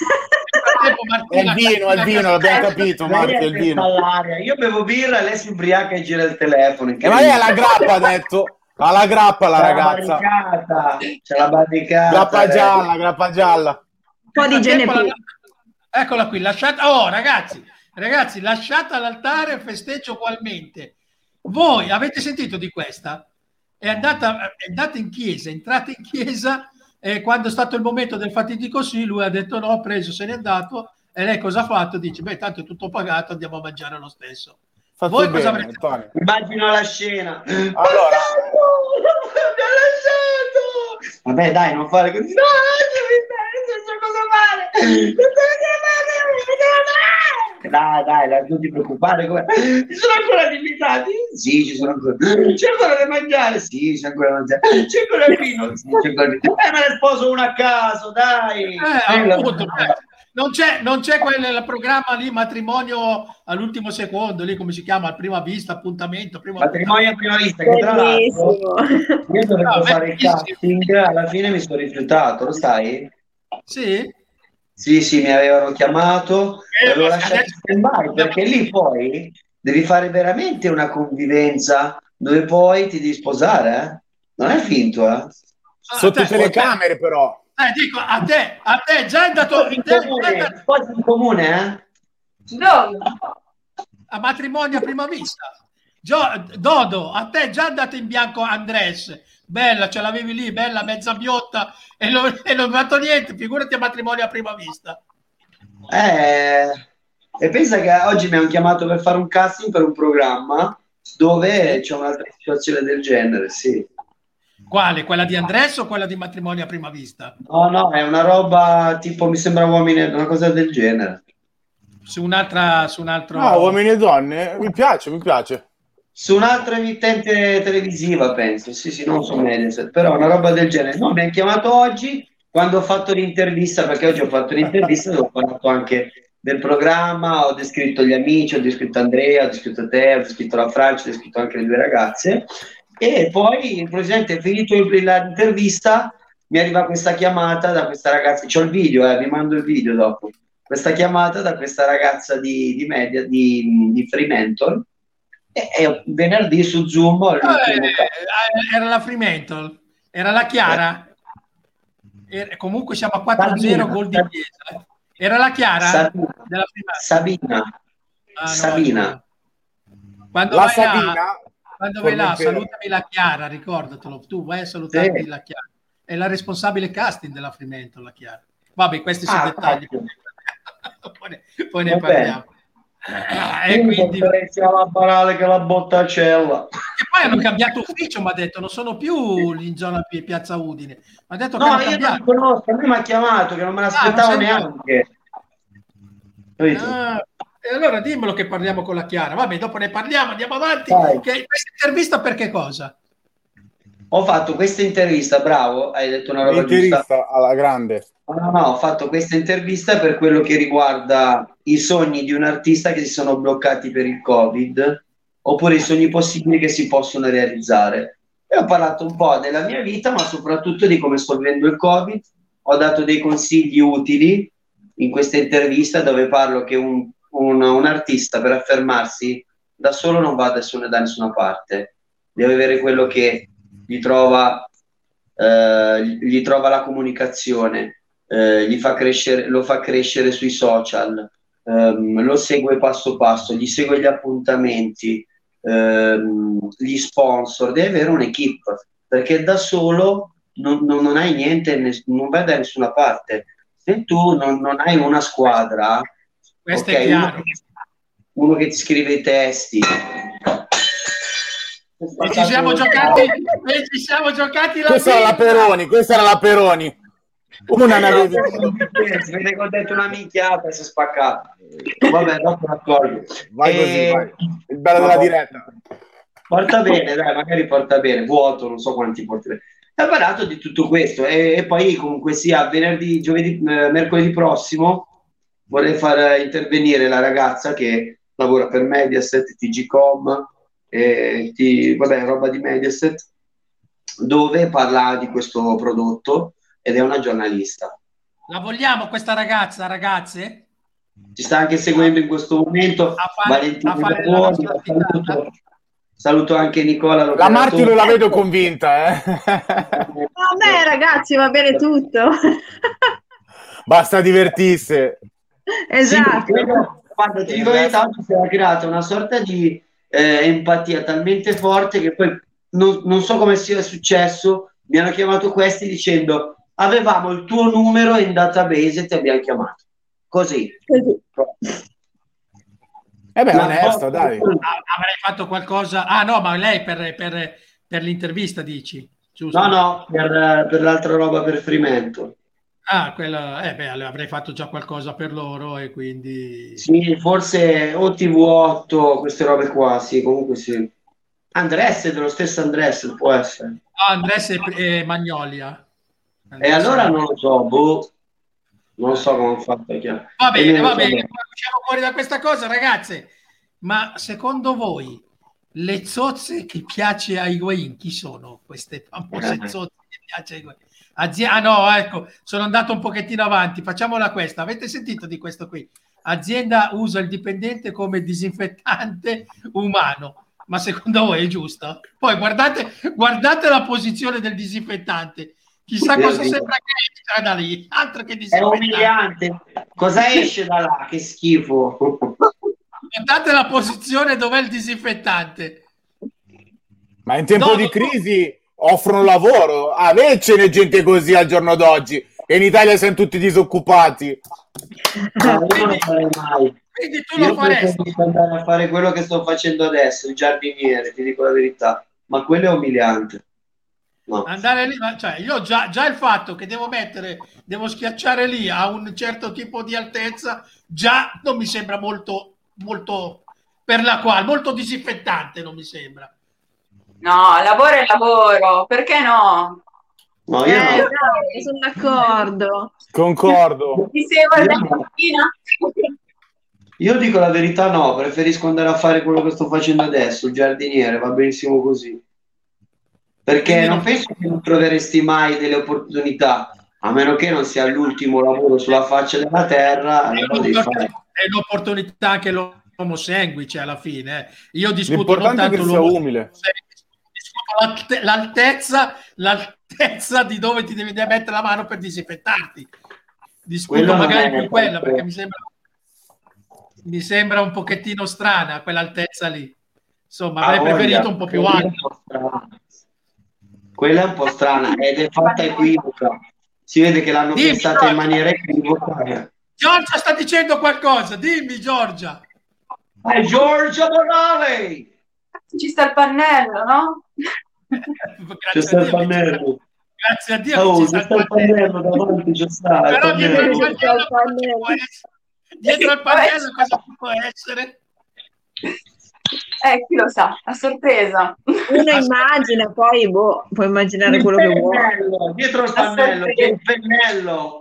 È il vino, è il vino, l'abbiamo capito, Lei Marti, è è il vino. all'aria. Io bevo birra e lei si ubriaca e gira il telefono. E ma lei alla grappa ha detto, alla grappa la C'è ragazza. barricata, c'è la barricata. Grappa lei. gialla, grappa gialla. Un po' di Nel frattempo G N P. la- Eccola qui, lasciata. Oh, ragazzi, ragazzi, lasciata l'altare, festeggio ugualmente. Voi avete sentito di questa? È andata, è andata in chiesa, è entrata in chiesa e quando è stato il momento del fatidico sì, lui ha detto no, ha preso, se n'è andato e lei cosa ha fatto? Dice, beh, tanto è tutto pagato, andiamo a mangiare lo stesso. Fatto Voi bene, cosa avrete Antonio. Immagino la scena. Allora, Mi ha lasciato! Vabbè, dai, non fare così. No, non so cosa fare. Non so cosa fare. Dai, dai, non ti preoccupare. Come... Ci sono ancora gli invitati? Sì, ci sono ancora. C'è ancora da mangiare? Sì, c'è ancora da mangiare. C'è ancora il vino? Sì, c'è ancora il vino. Eh, me ne sposo uno a caso, dai. Eh, appunto, eh, non c'è, non c'è quel programma lì, matrimonio all'ultimo secondo, lì come si chiama, al prima vista, appuntamento, prima Matrimonio a prima vista, che tra l'altro Bellissimo. io dovevo No, fare il bellissimo. casting, alla fine mi sono rifiutato, lo sai? Sì? Sì, sì, mi avevano chiamato Eh, e l'ho ma lasciato in adesso- stand-by, perché lì poi devi fare veramente una convivenza dove poi ti devi sposare, eh? Non è finto, eh? Ah, sotto te- telecamere però. Eh, dico, a te, a te già è andato Sposi in te- già è comune, andato sposi in comune, eh? Dove? a matrimonio a prima vista. Gio- Dodo, a te è già andato in bianco Andres, bella, ce l'avevi lì, bella, mezza biotta, e, lo- e non ha fatto niente, figurati a matrimonio a prima vista. Eh, e pensa che oggi mi hanno chiamato per fare un casting per un programma dove c'è un'altra situazione del genere, sì. Quale? Quella di Andres o quella di matrimonio a prima vista? No, no, è una roba tipo, mi sembra uomini, una cosa del genere. Su un'altra, su un altro... Ah, uomini e donne, mi piace, mi piace. Su un'altra emittente televisiva, penso, sì, sì, non su Mediaset, però una roba del genere. No, mi hanno chiamato oggi quando ho fatto l'intervista, perché oggi ho fatto l'intervista dove ho parlato anche del programma, ho descritto gli amici, ho descritto Andrea, ho descritto te, ho descritto la Francia, ho descritto anche le due ragazze. E poi, il presidente, finito l'intervista, mi arriva questa chiamata da questa ragazza, c'ho il video, eh, vi mando il video dopo, questa chiamata da questa ragazza di, di media, di, di Fremantle, e, e venerdì su Zoom ho l'ultimo Eh, caso. era la Fremantle, era la Chiara. E comunque siamo a quattro zero, Sabina, gol di Sabina. Chiesa. Era la Chiara Sabina, della Fremantle. Sabina, Ah, no, Sabina. no. Quando La vai Sabina, là, quando vai là, forse- salutami la Chiara, ricordatelo, tu vai a salutarmi Sì. la Chiara. È la responsabile casting della Fremantle, la Chiara. Vabbè, questi sono Ah, dettagli. infatti. poi ne, poi ne Va bene. parliamo. Eh, E Quindi quindi, sia la banale che la bottacella. che Poi hanno cambiato ufficio, mi ha detto, non sono più in zona pi- Piazza Udine. Mi ha detto che No, hanno io non cambiato. lo conosco, lui mi ha chiamato, che non me l'aspettavo Ah, non sei- neanche. Capito? Ah, e allora dimmelo che parliamo con la Chiara. Vabbè, dopo ne parliamo, andiamo avanti. Vai. Che, questa intervista per che cosa? Ho fatto questa intervista, bravo, hai detto una roba giusta. Interista alla grande. No, no, no, ho fatto questa intervista per quello che riguarda i sogni di un artista che si sono bloccati per il Covid, oppure i sogni possibili che si possono realizzare. E ho parlato un po' della mia vita, ma soprattutto di come sto vivendo il Covid. Ho dato dei consigli utili in questa intervista, dove parlo che un, un, un artista per affermarsi da solo non va da nessuna, da nessuna parte. Deve avere quello che gli trova, eh, gli trova la comunicazione, eh, gli fa crescere, lo fa crescere sui social, ehm, lo segue passo passo, gli segue gli appuntamenti, ehm, gli sponsor, deve avere un'equipe, perché da solo non, non, non hai niente, non vai da nessuna parte. Se tu non, non hai una squadra, Questo okay, è chiaro. uno, che, uno che ti scrive i testi, E ci siamo giocati, e ci siamo giocati la Questa era la vita. Peroni, questa era la Peroni. Una ne avete. si vede che ho detto una minchiata e si è spaccata. Vabbè, dopo la tolgo. Vai E- così, vai. Il bello della diretta. Porta bene, dai, magari porta bene, vuoto, non so quanti porta bene. Ha parlato di tutto questo e, e poi comunque sia venerdì, giovedì, eh, mercoledì prossimo vorrei far intervenire la ragazza che lavora per Mediaset, T G Com, e ti, vabbè, roba di Mediaset, dove parla di questo prodotto ed è una giornalista. La vogliamo questa ragazza, ragazze? Ci sta anche seguendo in questo momento A fare- Valentina a fare la Gaboni, nostra saluto, sfidata. saluto anche Nicola La l'operatore. Martino la vedo convinta, eh. A me, ragazzi, va bene tutto. Basta divertirsi. Esatto. Sì, quello- guarda, ti dico la verità, oggi si era creata una sorta di eh, empatia talmente forte che poi non, non so come sia successo, mi hanno chiamato questi dicendo avevamo il tuo numero in database e ti abbiamo chiamato. Così. Così. Eh beh, La onesto, foto- dai. Ah, avrei fatto qualcosa. Ah, no, ma lei per, per, per l'intervista dici? Giusto? No, no, per, per l'altra roba per Fremantle. Ah, quella, eh beh, avrei fatto già qualcosa per loro e quindi. Sì, forse o T V otto, queste robe qua, sì, comunque sì. Andres, dello stesso Andres, può essere. Ah, Andres e, e Magnolia. E Andres allora e- non lo so, boh, non so come ho fatto. è chiaro. Va E bene, non va so bene, bene. usciamo fuori da questa cosa, ragazze. Ma secondo voi le zozze che piace a Higuain, chi sono queste famose zozze che piace a Higuain? Azi- ah no, ecco, sono andato un pochettino avanti, facciamola questa. Avete sentito di questo qui? Azienda usa il dipendente come disinfettante umano. Ma secondo voi è giusto? Poi guardate, guardate la posizione del disinfettante. Chissà Mio cosa Dio. sembra che esca da lì, altro che È disinfettante. umiliante. Cosa esce da là? Che schifo. Guardate la posizione dov'è il disinfettante. Ma in tempo No, di no. crisi offrono lavoro. A me ce n'è gente così al giorno d'oggi. E in Italia siamo tutti disoccupati. No, io non lo farei mai. Quindi tu Io lo faresti. preferisco andare a fare quello che sto facendo adesso, il giardiniere, ti dico la verità. Ma quello è umiliante. No. Andare lì, ma- cioè io già, già il fatto che devo mettere, devo schiacciare lì a un certo tipo di altezza, già non mi sembra molto, molto per la quale, molto disinfettante non mi sembra. No, lavoro è lavoro, perché no? No, Eh, io no. esatto, sono d'accordo. Concordo. Ti seguo Io da no. mattina. Io dico la verità, no, preferisco andare a fare quello che sto facendo adesso, il giardiniere, va benissimo così. Perché Quindi non non- penso che non troveresti mai delle opportunità, a meno che non sia l'ultimo lavoro sulla faccia della terra, È allora devi fare. un'opportunità, è un'opportunità anche l'uomo sanguice alla fine. eh. Io discuto non L'importante è tanto che sia l'uomo umile. discuto l'alte- l'altezza, l'altezza di dove ti devi mettere la mano per disinfettarti. Discuto Quello non magari è- più quella perché mi sembra, mi sembra un pochettino strana quell'altezza lì. Insomma, avrei Ah, voglia. preferito un po' più Quella è alta. un po' strana. Quella è un po' strana ed è fatta equivoca. Si vede che l'hanno Dimmi, pensata Giorgia. in maniera equivoca. Giorgia sta dicendo qualcosa, dimmi Giorgia. È Giorgia Morale! Ci sta il pannello, no? C'è sta il pannello. Grazie a Dio Oh, che ci c'è sta il pannello davanti, c'è sta il Però dietro al pannello. pannello cosa ci può essere? Dietro al pannello cosa ci può essere? Eh, chi lo sa, a sorpresa. Uno immagina, poi boh, può immaginare quello che vuole. Pennello, dietro il pannello c'è il pennello.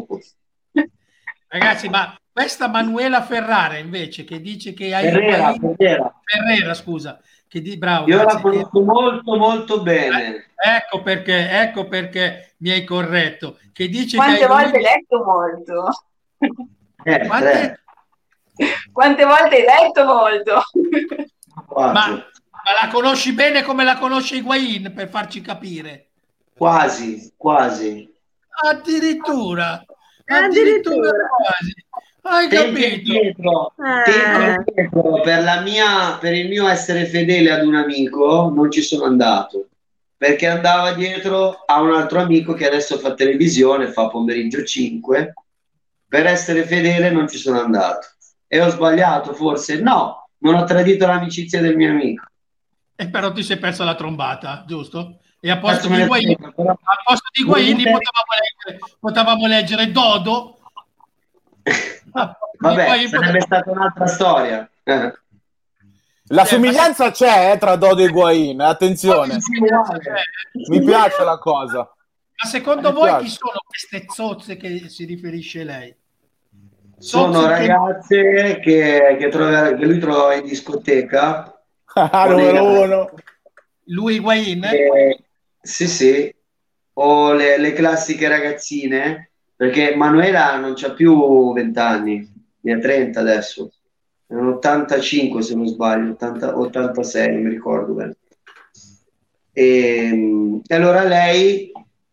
Ragazzi, ma questa Manuela Ferrara invece che dice che hai Ferrera, Higuain- Ferrera. Ferrera, scusa, che di bravo, Io la grazie. conosco molto molto bene. Ecco perché, ecco perché mi hai corretto, che dice Quante che hai volte hai Higuain- letto molto? Eh, Quante- tre, Quante volte hai letto molto? quattro. ma, ma la conosci bene come la conosce Higuain, per farci capire? Quasi, quasi. Addirittura, Addirittura. addirittura quasi. Hai Tempi capito? indietro, Eh. tempi indietro, per la mia, per il mio essere fedele ad un amico, non ci sono andato. Perché andava dietro a un altro amico che adesso fa televisione, fa pomeriggio cinque. Per essere fedele non ci sono andato. E ho sbagliato forse? No, non ho tradito l'amicizia del mio amico. E però ti sei perso la trombata, giusto? E a posto Cazzo me di ne Higuain, frega, però- a posto di Higuain Volete- potevamo leggere, potevamo leggere Dodo. Ah, Vabbè, Higuain sarebbe poteva- stata un'altra storia. Eh. La Cioè, somiglianza c'è eh, tra Dodo e Higuain, attenzione. Uguale. Mi piace la cosa. Ma secondo Mi voi piace. chi sono queste zozze che si riferisce lei? Sono Zozze che- ragazze che, che, trova- che lui trova in discoteca. Ah, o nei numero lati. uno. Lui Higuain? Eh, sì, sì. O le, le classiche ragazzine, perché Manuela non c'ha più venti anni, ne ha trenta adesso. È un ottantacinque se non sbaglio, ottanta, ottantasei, non mi ricordo bene. E, e allora lei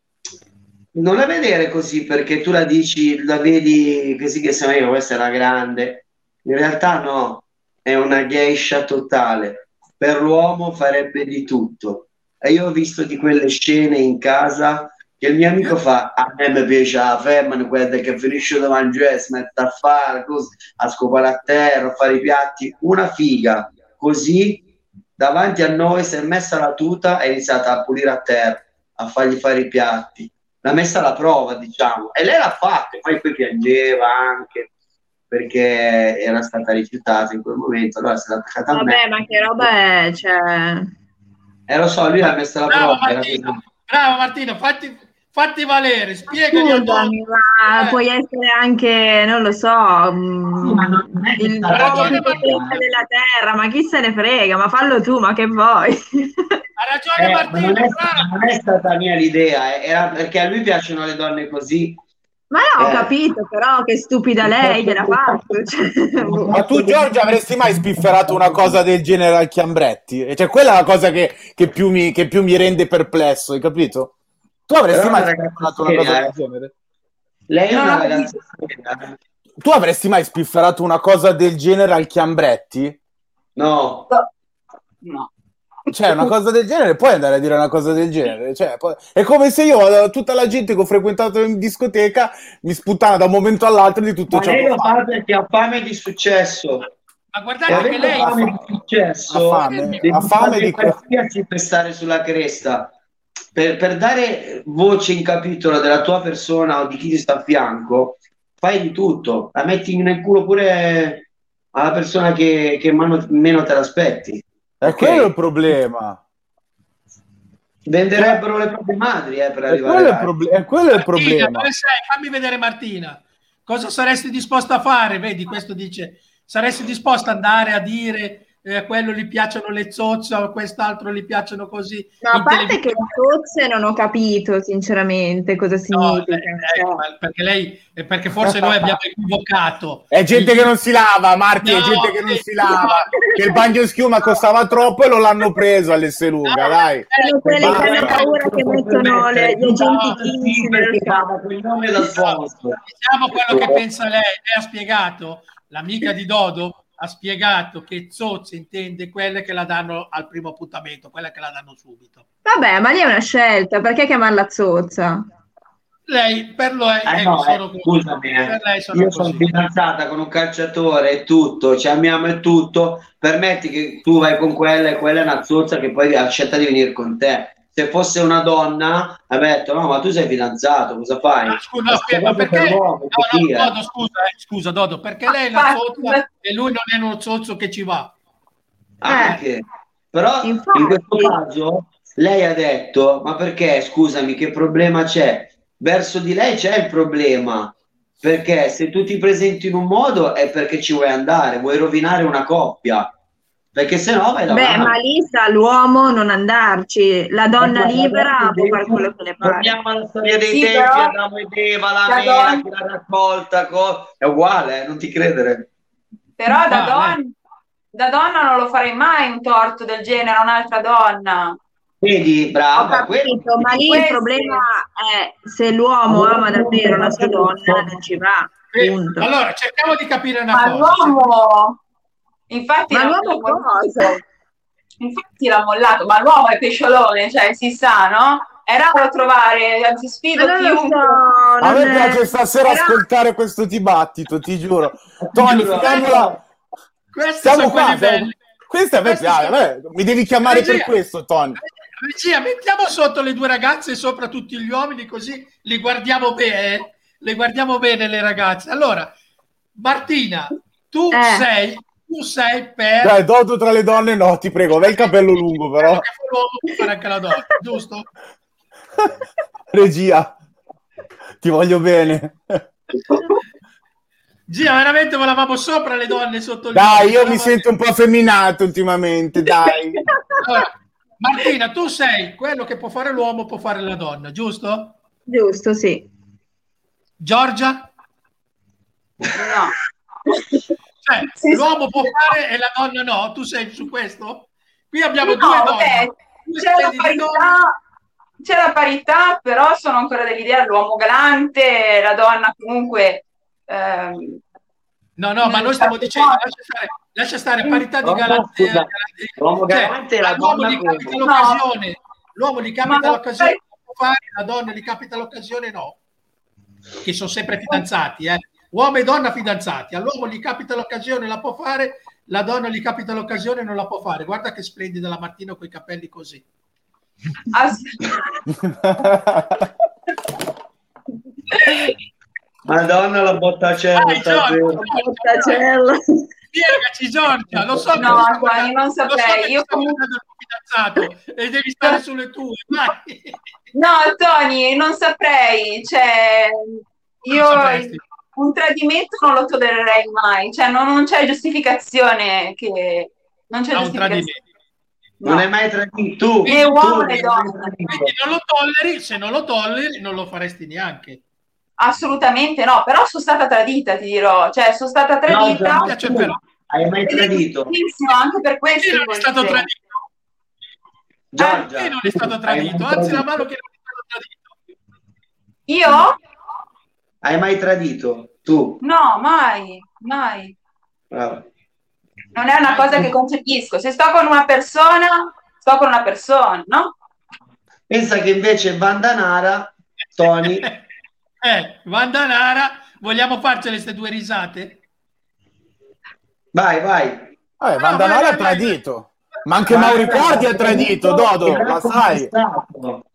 non la vedere così perché tu la dici, la vedi così che sembra io, questa è una grande. In realtà no, è una geisha totale. Per l'uomo farebbe di tutto. E io ho visto di quelle scene in casa che il mio amico fa, a me mi piace la femmina, quella che finisce di mangiare, si mette a fare così, a scopare a terra, a fare i piatti, una figa, così davanti a noi si è messa la tuta e è iniziata a pulire a terra, a fargli fare i piatti, l'ha messa alla prova, diciamo, e lei l'ha fatta, poi poi piangeva anche perché era stata rifiutata in quel momento, allora si è attaccata a me. Vabbè, ma che roba è, cioè... E lo so, lui l'ha messa alla Bravo prova, era Martino, così. bravo Martino, fatti, fatti valere, spiegagli a Dodo. Scusami, ma Eh. puoi essere anche, non lo so, mm, Sì, ma non- non è che il sta uomo ragione, più potente Martino. della terra, ma chi se ne frega, ma fallo tu, ma che vuoi? Ha ragione Eh, ma Martino, non, è, bravo. non è stata mia l'idea, eh, era perché a lui piacciono le donne così. Ma no, ho Eh. capito, però che stupida lei, gliel'ha fatto. Cioè, boh. Ma tu, Giorgio, avresti mai spifferato una cosa del genere al Chiambretti? E cioè, quella è la cosa che, che, più mi, che più mi rende perplesso, hai capito? Tu avresti Però mai è una ragazza spifferato una cosa seria, del eh. genere? Lei è Non una ho ragazza seria. Tu avresti mai spifferato una cosa del genere al Chiambretti? No, No. Cioè, una cosa del genere, puoi andare a dire una cosa del genere? Cioè, poi- è come se io, tutta la gente che ho frequentato in discoteca, mi sputava da un momento all'altro di tutto ma ciò lei che ho lo fatto. fa perché ha fame di successo. Ma E guardate che avendo lei fame di successo, Ha fame, devi ha fame fare di qualsiasi per stare sulla cresta. Per, per dare voce in capitolo della tua persona o di chi ti sta a fianco, fai di tutto. La metti nel culo pure alla persona che, che mano- meno te l'aspetti. È Ok? quello il problema. Venderebbero le proprie madri eh, per È arrivare quello il, là. proble- è quello il Martina, problema. dove sei? Fammi vedere Martina. Cosa saresti disposta a fare? Vedi, questo dice, saresti disposta ad andare a dire eh, a quello gli piacciono le zozze, a quest'altro gli piacciono così. No, a in parte che televisione? forse non ho capito sinceramente cosa No, significa. eh, eh, cioè. ma perché lei, eh, perché forse noi abbiamo equivocato. È gente che non si lava, Marti, è No, gente che non eh, si lava. no. Che il bagno schiuma costava troppo e lo l'hanno preso all'Esselunga, No, dai. eh, Sono quelli che basta. hanno paura che mettono le- gli agenti chimici nel campo. quel nome d'Alfonso. Diciamo quello che pensa lei. Lei ha spiegato, l'amica di Dodo ha spiegato che zozze intende quelle che la danno al primo appuntamento, quelle che la danno subito. Vabbè, ma lì è una scelta, perché chiamarla zozza? lei per lo è, Eh eh, no, sono eh, scusami, eh. per lei sono Io così. sono fidanzata con un calciatore e tutto, ci amiamo e tutto, permetti che tu vai con quella e quella è una zozza che poi ha scelta di venire con te. Se fosse una donna, avrebbe detto no, ma tu sei fidanzato, cosa fai? Ah, scusa, no, Questa ma cosa perché per l'uomo, no, così, no, eh. Dodo, scusa, eh, scusa Dodo, perché lei è una zozza e lui non è uno zozzo che ci va. Anche. Però Infatti. in questo caso lei ha detto, ma perché, scusami, che problema c'è? Verso di lei c'è il problema, perché se tu ti presenti in un modo è perché ci vuoi andare, vuoi rovinare una coppia, perché se no vai da Beh, ma lì sta l'uomo non andarci, la donna libera può fare quello che le pare. Torniamo alla storia dei Sì, tempi, però- Adamo ed Eva, la Da mela, don- chi l'ha raccolta, co- è uguale, eh, non ti credere. Però da, Ah, don- da donna non lo farei mai un torto del genere a un'altra donna. Vedi, Ho brava, capito, ma lì il Questi- problema è se l'uomo ama davvero la sua donna, non ci va, Eh, punto. allora, cerchiamo di capire una Ma cosa. l'uomo, infatti, Ma l'ha- l'uomo l'ha cosa? mollato. Infatti l'ha mollato, ma l'uomo è pesciolone, cioè si sa, no? È raro trovare, anzi Ma sfido non lo chiunque. so, A me non è- piace stasera Però- ascoltare questo dibattito, ti giuro. Tony, giuro. finiamola. Questi Siamo sono qua. quelli siamo- belli. Questo a me Questi piace. sono- a me- Mi devi chiamare per Regia, questo, Tony. Regia, mettiamo sotto le due ragazze e sopra tutti gli uomini, così li guardiamo bene, le guardiamo bene le ragazze. Allora, Martina, tu Eh. sei tu sei per Dai, Dodo tra le donne, no, ti prego, vai il capello lungo, però. quello che fa l'uomo può fare anche la donna, giusto? Regia, ti voglio bene. Gia, veramente volavamo sopra le donne sotto gli Dai, uomini, io però mi va- sento un po' affeminato ultimamente, dai. Allora, Martina, tu sei quello che può fare l'uomo, può fare la donna, giusto? Giusto, sì. Giorgia? No. Cioè, Sì, l'uomo sì. può fare e la donna no? Tu sei su questo? Qui abbiamo No, due donne. vabbè, Due c'è la splendide donne. parità, c'è la parità, però sono ancora dell'idea dell'uomo galante, la donna comunque. ehm, No, no, ma noi stiamo dicendo, lascia stare, lascia stare parità di No, galanteria. scusa, l'uomo galante e la all'uomo donna gli capita come? l'occasione, l'uomo gli capita Ma- l'occasione, può fare, la donna gli capita l'occasione, no. Che sono sempre fidanzati, eh. Uomo e donna fidanzati. All'uomo gli capita l'occasione, la può fare, la donna gli capita l'occasione, non la può fare. Guarda che splendida la Martina con i capelli così. ass- Madonna la bottacella Vai, Giorgia, stasera. Bottacella. spiegaci Giorgia, lo so che No, ti sta guarda, guardando- non lo so saprei, che ti io sta comunque- guardando il tuo fidanzato e devi stare sulle tue, vai. No, Tony, non saprei, cioè, io sapresti. un tradimento non lo tollererei mai, cioè non, non c'è giustificazione che non c'è Ha un giustificazione. tradimento. Non No. è mai tradito tu. Né tu uomo non né hai donna. mai tradito. Quindi non lo tolleri, se non lo tolleri non lo faresti neanche. Assolutamente no, però sono stata tradita, ti dirò, cioè sono stata tradita. Giorgia, ma piace tu però. hai mai Ed è tradito? bellissimo, anche per questo. Chi non è vuol stato dire. tradito? Giorgia, Chi non è tu stato hai tradito? mai Alzi la tradito? mano che non è stato tradito. Io? Hai mai tradito? Tu? No, mai, mai. Bravo. Non è una cosa che concepisco. Se sto con una persona, sto con una persona, no? Pensa che invece Vandanara, Tony, Eh, Vandanara, vogliamo farcele queste due risate? vai, vai. Vabbè, No, Vandanara vai, ha vai, vai. tradito. Ma anche Mauro Cardi ha tradito, Dodo, E l'ha ma sai. confessato.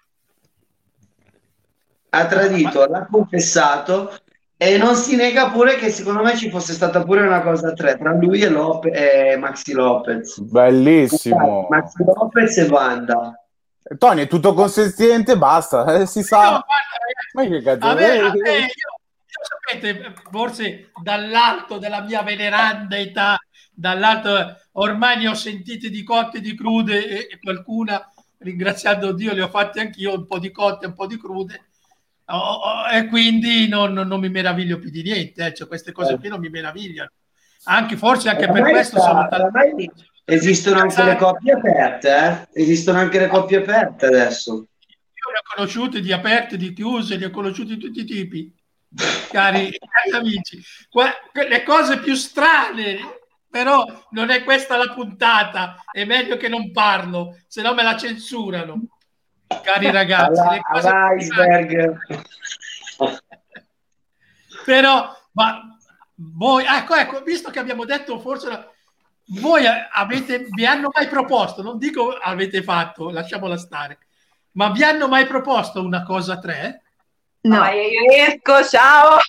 Ha tradito, l'ha confessato e non si nega pure che secondo me ci fosse stata pure una cosa a tre tra lui e, Lope- e Maxi Lopez. Bellissimo. Maxi Lopez e Wanda. Tony è tutto consenziente, basta, eh, si No, sa. guarda, ragazzi, Ma che cazzo? a me, a Eh, me, io, io sapete, forse dall'alto della mia veneranda età, dall'alto ormai ne ho sentite di cotte e di crude e, e qualcuna, ringraziando Dio, le ho fatte anch'io, un po' di cotte e un po' di crude. Oh, oh, e quindi non, non- non mi meraviglio più di niente, eh, cioè queste cose qui non mi meravigliano. Anche, forse anche per Oramai questo sta- sono talmente... oramai esistono anche le coppie aperte, eh? Esistono anche le coppie aperte adesso. Io ne ho conosciute di aperte, di chiuse, ne ho conosciuti di tutti i tipi, cari, cari amici. Qua- le cose più strane, però non è questa la puntata, è meglio che non parlo, se no me la censurano. cari ragazzi, alla, le cose all'iceberg. Però, ma voi, ecco, ecco, visto che abbiamo detto forse la, voi avete, vi hanno mai proposto, non dico avete fatto, lasciamola stare, ma vi hanno mai proposto una cosa tre? No. Ma io esco, ciao!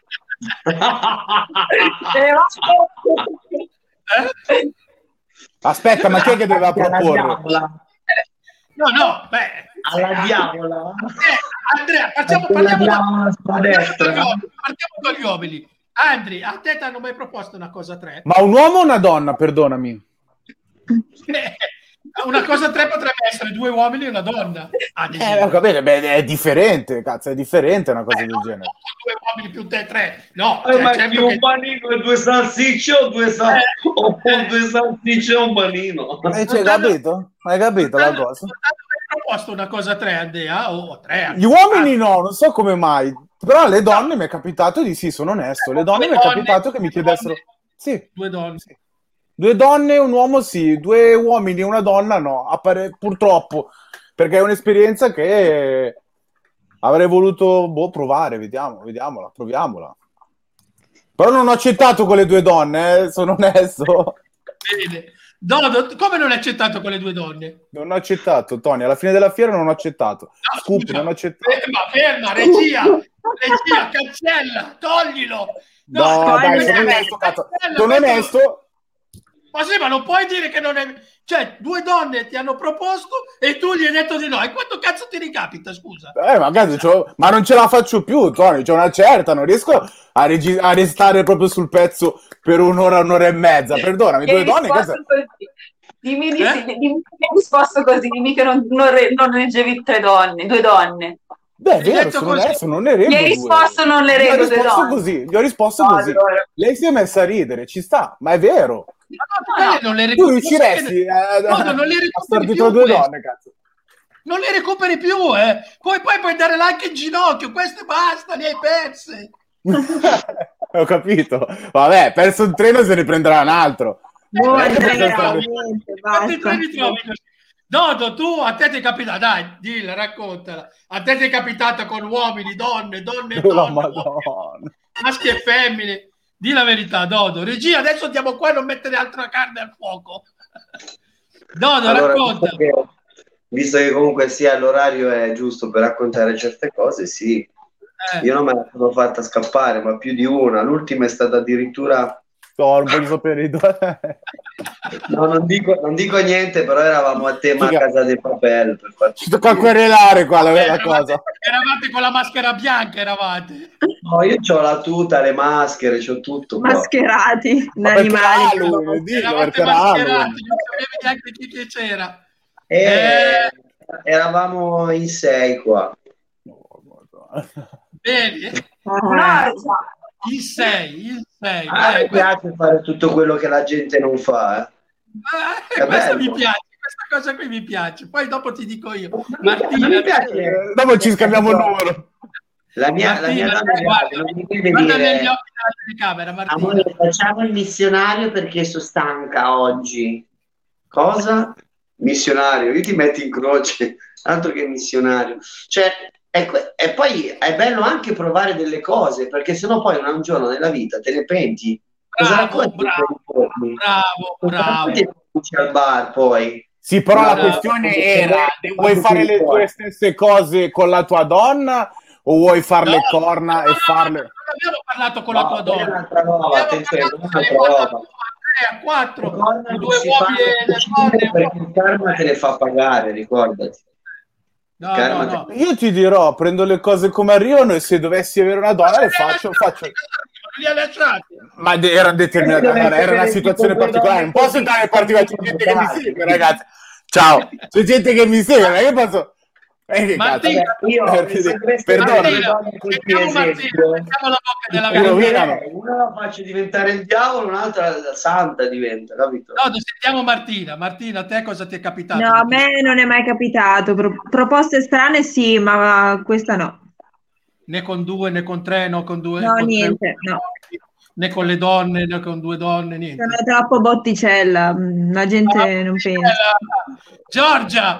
Eh? Aspetta, ma chi è che doveva Alla proporre? diavola. No, no, beh. Alla diavola. Eh, Andrea, facciamo, Alla parliamo, da, diavola sulla partiamo, destra. dagli uomini, partiamo dagli uomini. Andri, a te ti hanno mai proposto una cosa tre? Ma un uomo o una donna, perdonami? Eh, una cosa tre potrebbe essere due uomini e una donna. Ad Eh, esempio. ho capito, beh, è differente, cazzo, è differente una cosa Eh, del no, genere. no, due uomini più te tre. No, Eh, cioè, ma certo più un che- panino e due salsicce o due, sal- Eh, o eh. due salsicce e un panino? Eh, Non cioè, t'hanno- capito? Hai capito non la t'hanno- cosa? non t'hanno mai proposto una cosa tre, Andrea? O tre? anche Gli uomini quattro? no, non so come mai, però alle donne mi è capitato di sì, sono onesto, le donne Due mi è donne, capitato che mi due chiedessero... donne, Sì, Due donne. sì. Due donne e un uomo sì, due uomini e una donna no, appare- purtroppo, perché è un'esperienza che avrei voluto boh, provare, vediamo, vediamola, proviamola. Però non ho accettato con le due donne, eh, sono onesto. Bene. Dodo, come non hai accettato con le due donne? Non ho accettato, Tony, alla fine della fiera non ho accettato. No, Scoop, scusa, non ho accettato. ferma, ferma, regia, regia, cancella, toglilo. No, poi dai, mi sono dai- onesto, cazzo. cancella, Sono questo- onesto. Ma sì, ma non puoi dire che non è... Cioè, due donne ti hanno proposto e tu gli hai detto di no. E quanto cazzo ti ricapita, scusa? Eh, ma, cazzo, c'ho- ma non ce la faccio più, Tony, c'è una certa, non riesco a, regi- a restare proprio sul pezzo per un'ora, un'ora e mezza. Perdonami, Che hai due donne, risposto cazzo. così. Dimmi di Eh? sì, dimmi che hai risposto così, dimmi che non, non, re- non reggevi tre donne, due donne. Beh, è Hai vero, detto sono così. onesto, non ne reggo Gli hai due. risposto non le Gli ho reggo due risposto donne. così, gli ho risposto No, così. allora. Lei si è messa a ridere, ci sta, ma è vero. Ma no, quelle non le Tu recuperi, riusciresti a, No, no, non le a recuperi star più dietro due queste. donne, cazzo. Non le recuperi più, eh. Poi, poi puoi dare anche in ginocchio. Queste basta, ne hai perse. Ho capito. Vabbè, perso un treno se ne prenderà un altro. No, Non è che Andrea, posso stare- niente, Quanti basta. treni trovi così? Dodo, tu a te ti è capitato, dai, dilla, raccontala. A te ti è capitato con uomini, donne, donne e Oh, la donne, Madonna. maschi e femmine. Di la verità, Dodo. Regia, adesso andiamo qua a non mettere altra carne al fuoco. Dodo, Allora, racconta. visto che, visto che comunque sia l'orario è giusto per raccontare certe cose, sì. Eh, Io non me la sono fatta scappare, ma più di una. L'ultima è stata addirittura... No, non voglio sapere i due. No, non dico, non dico niente, però eravamo a tema Figa. Casa dei Papel. Per farci Ci tocca querelare qua la, eh, la eravate, cosa. eravate con la maschera bianca, eravate. No, io ho la tuta, le maschere, c'ho tutto qua. Mascherati da Ma perché animali. Halloween, dillo, Eravate perché era mascherati, Halloween. non sapevi neanche chi che c'era. E Eh. eravamo in sei qua. Oh, Madonna. Bene, Un'orgia. il sei, il sei. A me Eh, que- piace fare tutto quello che la gente non fa. Eh. eh, È questa bello. mi piace, questa cosa qui mi piace. Poi dopo ti dico io. Non mi Martina, piace. Eh, Dopo ci scambiamo il numero. La mia, la mia Martina, donna guarda, non mi deve guarda dire negli occhi della telecamera, Martina. amore, facciamo il missionario perché sono stanca oggi. Cosa? Missionario, io ti metti in croce, altro che missionario. Cioè, è que- e poi è bello anche provare delle cose, perché sennò poi un giorno nella vita te ne penti. Cosa Bravo, racconti? bravo, bravo, Cosa bravo. racconti al bar poi? Sì, però la No, questione no, era: no, vuoi no, fare le no. tue stesse cose con la tua donna o vuoi fare le corna no, e no, farle? Non abbiamo parlato con No, la tua quella è donna. un'altra roba, Abbiamo attenzione, parlato quella è se ne un'altra parla roba. due, a tre, a quattro, Le corna i non due si uomini fanno e le prescindere donne. perché il karma te le fa pagare, ricordati. No, Karma no, no. te- Io ti dirò, prendo le cose come arrivano e se dovessi avere una donna le faccio, faccio. Non li ha lasciati. Ma de- era determinata, Deve era, era una essere situazione tipo due particolare. Non posso donne entrare in così, particolare. C'è gente che mi dai. segue, ragazzi. Ciao, c'è gente che mi segue, ma io posso. Eh, che Martina, cazzo. io Eh, se dovessi perdonami. avere due Martina, donne così, mettiamo Martina, esempio, mettiamo la bocca della Io verità. rovinano. una la faccio diventare il diavolo, un'altra la santa diventa, capito? No, sentiamo Martina. Martina, a te cosa ti è capitato? No, a me non è mai capitato. Pro- proposte strane sì, ma questa no. Né con due, né con tre, né con due. No, con niente, tre, no. né con le donne, né con due donne, niente. Sono troppo botticella, mm, la gente non pensa. Giorgia,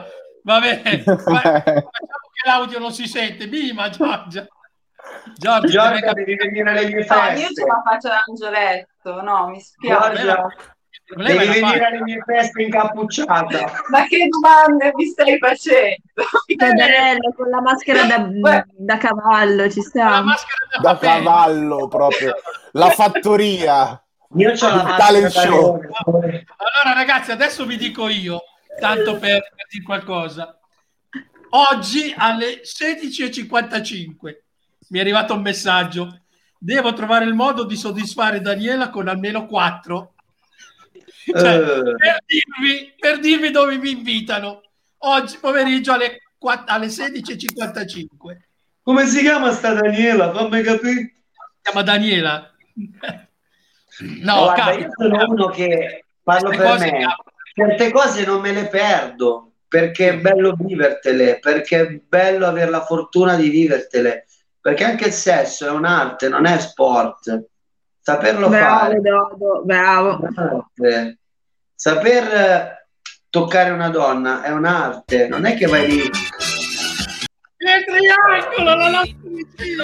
Va bene, facciamo che l'audio non si sente. Bima, Giorgia. Giorgia, Giorgia devi venire alle mie No, feste. io ce la faccio da angioletto, no, mi spiace. Giorgia, devi venire alle mie feste incappucciata. Ma che domande mi stai facendo? Che bello, con la maschera da, da cavallo, ci La stiamo. maschera da, Da papel. cavallo proprio. La fattoria. Io c'ho la Talent maschera da show. leone. Allora ragazzi, adesso vi dico io, tanto per, per dire qualcosa. Oggi alle sedici e cinquantacinque mi è arrivato un messaggio. Devo trovare il modo di soddisfare Daniela con almeno quattro. Cioè, Eh. per, dirvi, per dirvi dove mi invitano. Oggi pomeriggio alle, quatt- alle sedici e cinquantacinque. Come si chiama sta Daniela? Fammi capire. Si chiama Daniela. No, Guarda, cazzo, io sono uno che parlo queste per cose me. capitano. Certe cose non me le perdo perché è bello vivertele, perché è bello avere la fortuna di vivertele, perché anche il sesso è un'arte, non è sport. Saperlo Bravo, fare, Dodo, bravo. è un'arte. Saper eh, toccare una donna è un'arte, non è che vai lì. Il triangolo, non l'ho sentito.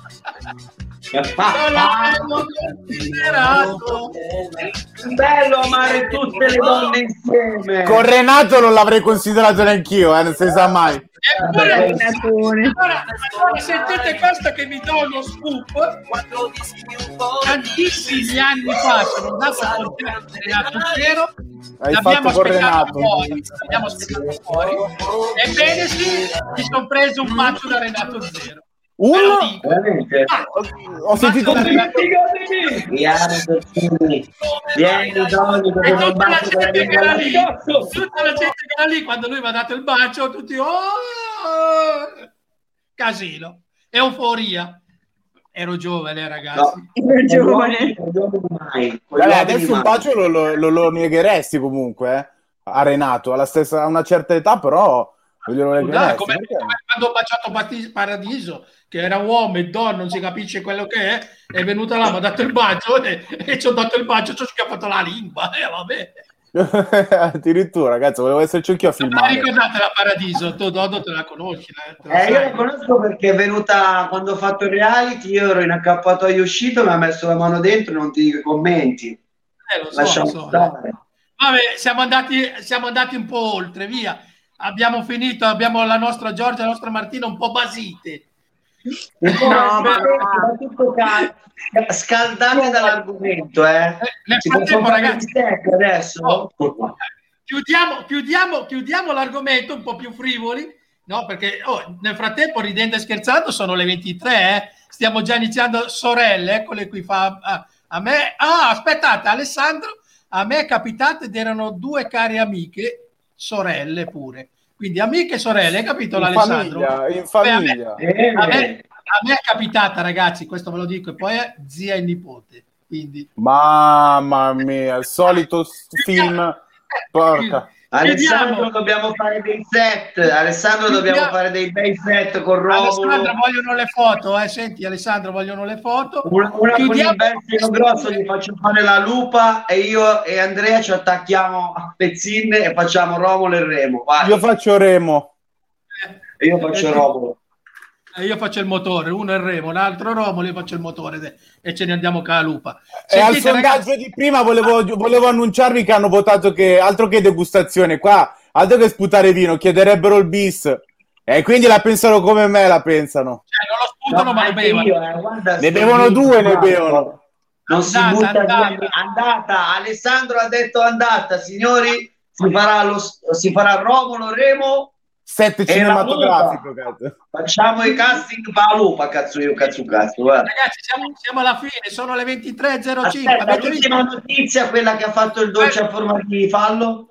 Non l'avevo considerato. Bello amare tutte le donne insieme. Con Renato non l'avrei considerato neanch'io, eh, non si sa mai. Eppure, Renatone. allora, allora, sentite questo che mi do uno scoop. Tantissimi anni fa sono andato a concerto di Renato Zero. Hai L'abbiamo fatto con aspettato Renato. fuori, l'abbiamo aspettato fuori. Ebbene sì, mi sono preso un bacio da Renato Zero. Ve lo Uno? dico. Veramente? Ah, Ho sentito bacio da Renato Vieni, vieni, Donny, E che non tutta la bacio con la gente che era lì, lingua. tutta la gente che era lì quando lui mi ha dato il bacio, tutti oh! Casino, euforia. Ero giovane, ragazzi. No. Ero giovane. Con gli uomini mai. Con gli Vabbè, uomini adesso un mai. bacio lo, lo, lo- lo negheresti comunque, eh? A Renato, alla stessa, a una certa età, però glielo Dai, negheresti. come, perché? come quando ho baciato Pati- Paradiso, che era uomo e donna, non si capisce quello che è, è venuta là, mi ha dato il bacio e, e ci ho dato il bacio, ci ho schiaffato la lingua. E eh, vabbè. Addirittura, ragazzi, volevo esserci anch'io a Ma filmare. ricordate la Paradiso? Tu, Dodo, te la conosci? eh? Te la Eh, io sai. la conosco perché è venuta quando ho fatto il reality, io ero in accappatoio uscito, mi ha messo la mano dentro e non ti dico i commenti. Eh, lo so, Lasciamo lo so. stare. Vabbè, siamo andati, siamo andati un po' oltre, via. Abbiamo finito, abbiamo la nostra Giorgia, la nostra Martina un po' basite. E poi, No, ma- soprattutto ca- scaldate dall'argomento, eh. Nel Si può frattempo, fare ragazzi, il step adesso? Oh. chiudiamo, chiudiamo, chiudiamo l'argomento un po' più frivoli, no? Perché oh, nel frattempo, ridendo e scherzando, sono le ventitré, eh? Stiamo già iniziando. Sorelle, eccole qui. Fa, a, a me, ah, aspettate, Alessandro, a me è capitato ed erano due care amiche, sorelle pure. Quindi amiche e sorelle, hai capito In l'Alessandro? famiglia, in Beh, a me- famiglia. Eh, A me, a me è capitata, ragazzi, questo ve lo dico, e poi è zia e nipote. Quindi, Mamma mia, il solito s- film. Porca. Alessandro, Chiudiamo. dobbiamo fare dei set. Alessandro, dobbiamo Chiudiamo. fare dei bei set con Romulo. Alessandro, vogliono le foto, eh? Senti, Alessandro, vogliono le foto. Una, una con Chiudiamo- il bel seno grosso, gli faccio fare la lupa e io e Andrea ci attacchiamo a pezzine e facciamo Romolo e Remo. Vai. Io faccio Remo. E io faccio Romolo. Eh, Io faccio il motore, uno è Remo, l'altro Romolo, io faccio il motore de- e ce ne andiamo con la lupa. E al Sentite, sondaggio ragazzi, di prima volevo, volevo annunciarvi che hanno votato che altro che degustazione qua, altro che sputare vino, chiederebbero il bis. E quindi la pensano come me, la pensano. cioè, non lo sputano, ma lo anche bevono. io, eh, guarda, Ne sto bevono vino, due, ne guarda. bevono. Non si Andata, butta andata. via. Andata. Alessandro ha detto andata, signori. Si farà, lo, si farà Romolo, Remo. Set E la cinematografico, lupa. cazzo. Facciamo i casting per la lupa, cazzo io, cazzo cazzo. Guarda. Ragazzi, siamo, siamo alla fine, sono le ventitré e zero cinque. Aspetta, Avete l'ultima visto? notizia, quella che ha fatto il dolce a forma di fallo.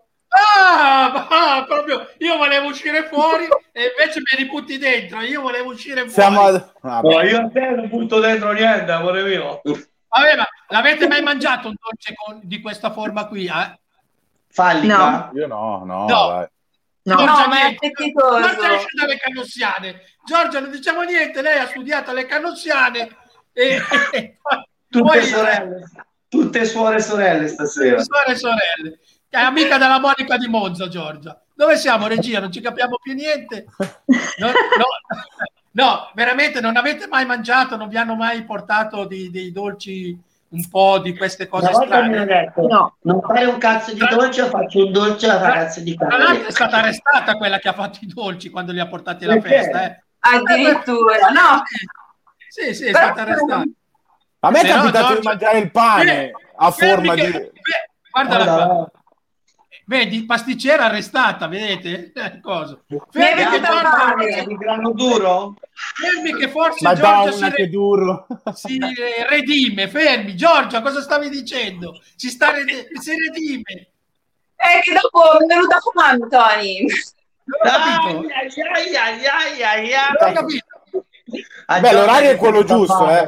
Ah, ma proprio io volevo uscire fuori e invece mi ributti dentro. Io volevo uscire fuori. Siamo a... vabbè. No, io a te non butto dentro niente, amore mio. Vabbè, ma l'avete mai mangiato un dolce con- di questa forma qui? Eh? Fallica? Io no, no, No. dai. No, Giorgia, no, ma è niente. appetitoso. Giorgia esce dalle canossiane. Giorgia, non diciamo niente, lei ha studiato alle canossiane e, e Tutte poi sorelle, tutte suore e sorelle stasera. suore e sorelle. È amica della Monica di Monza, Giorgia. Dove siamo, regia? Non ci capiamo più niente. No, no, no, veramente non avete mai mangiato, non vi hanno mai portato di- dei dolci, un po' di queste cose Una volta mi hanno strane? detto, No. non fare un cazzo di dolce, faccio un dolce alla ragazza di Tra l'altro è casa. stata arrestata quella che ha fatto i dolci quando li ha portati alla Perché? festa. Eh. Addirittura, no? Sì, sì, è Però- stata arrestata. A me è Però, capitato Giorgio, di mangiare il pane fe- a fermi forma che- di... fe- Guarda Guarda, qua. Vedi, pasticcera arrestata, vedete? Eh, cosa? Mi è Fermi che, venuta Giorgio, fame. di grano duro? fermi che forse Giorgio Madonna, si, che re- duro! si eh, redime. Fermi, Giorgio, cosa stavi dicendo? Si, sta rede- si redime. È che dopo mi è venuta fame, Tony. Non ho capito. Ai, ai, ai, ai, ai, ai. Non ho capito. A Beh, Giorgio l'orario è quello mi fa giusto, fame.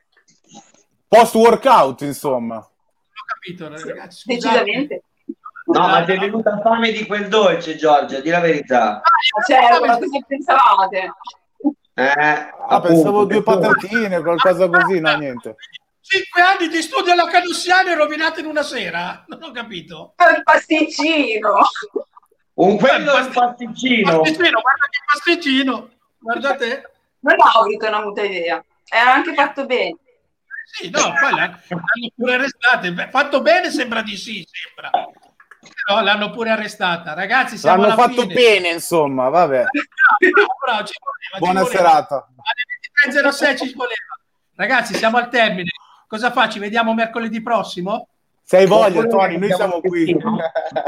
Post workout, insomma. Non ho capito, ragazzi. Scusate. Decisamente. No, ma ti è venuta fame di quel dolce, Giorgio, di la verità. Cioè, ma cosa pensavate? Eh, Ah, pensavo appunto, due per quello. patatine, qualcosa così, no, niente. Cinque anni di studio alla Canussiana e rovinati in una sera? Non ho capito. È un pasticcino. Un quello è un pasticcino. Pasticcino, guarda che pasticcino. Guarda te. Non ho avuto una muta idea. Era anche fatto bene. Sì, no, poi l'hanno l'hanno pure arrestata. Beh, fatto bene sembra di sì, sembra. Però l'hanno pure arrestata. Ragazzi, siamo L'hanno alla fatto fine. bene, insomma, vabbè. Bravo, bravo, ci voleva, ci Buona voleva. serata. Alle ventitré e zero sei ci voleva. Ragazzi, siamo al termine. Cosa fa? Ci vediamo mercoledì prossimo? Se hai voglia, Oppure Tony, noi andiamo siamo qui. insieme.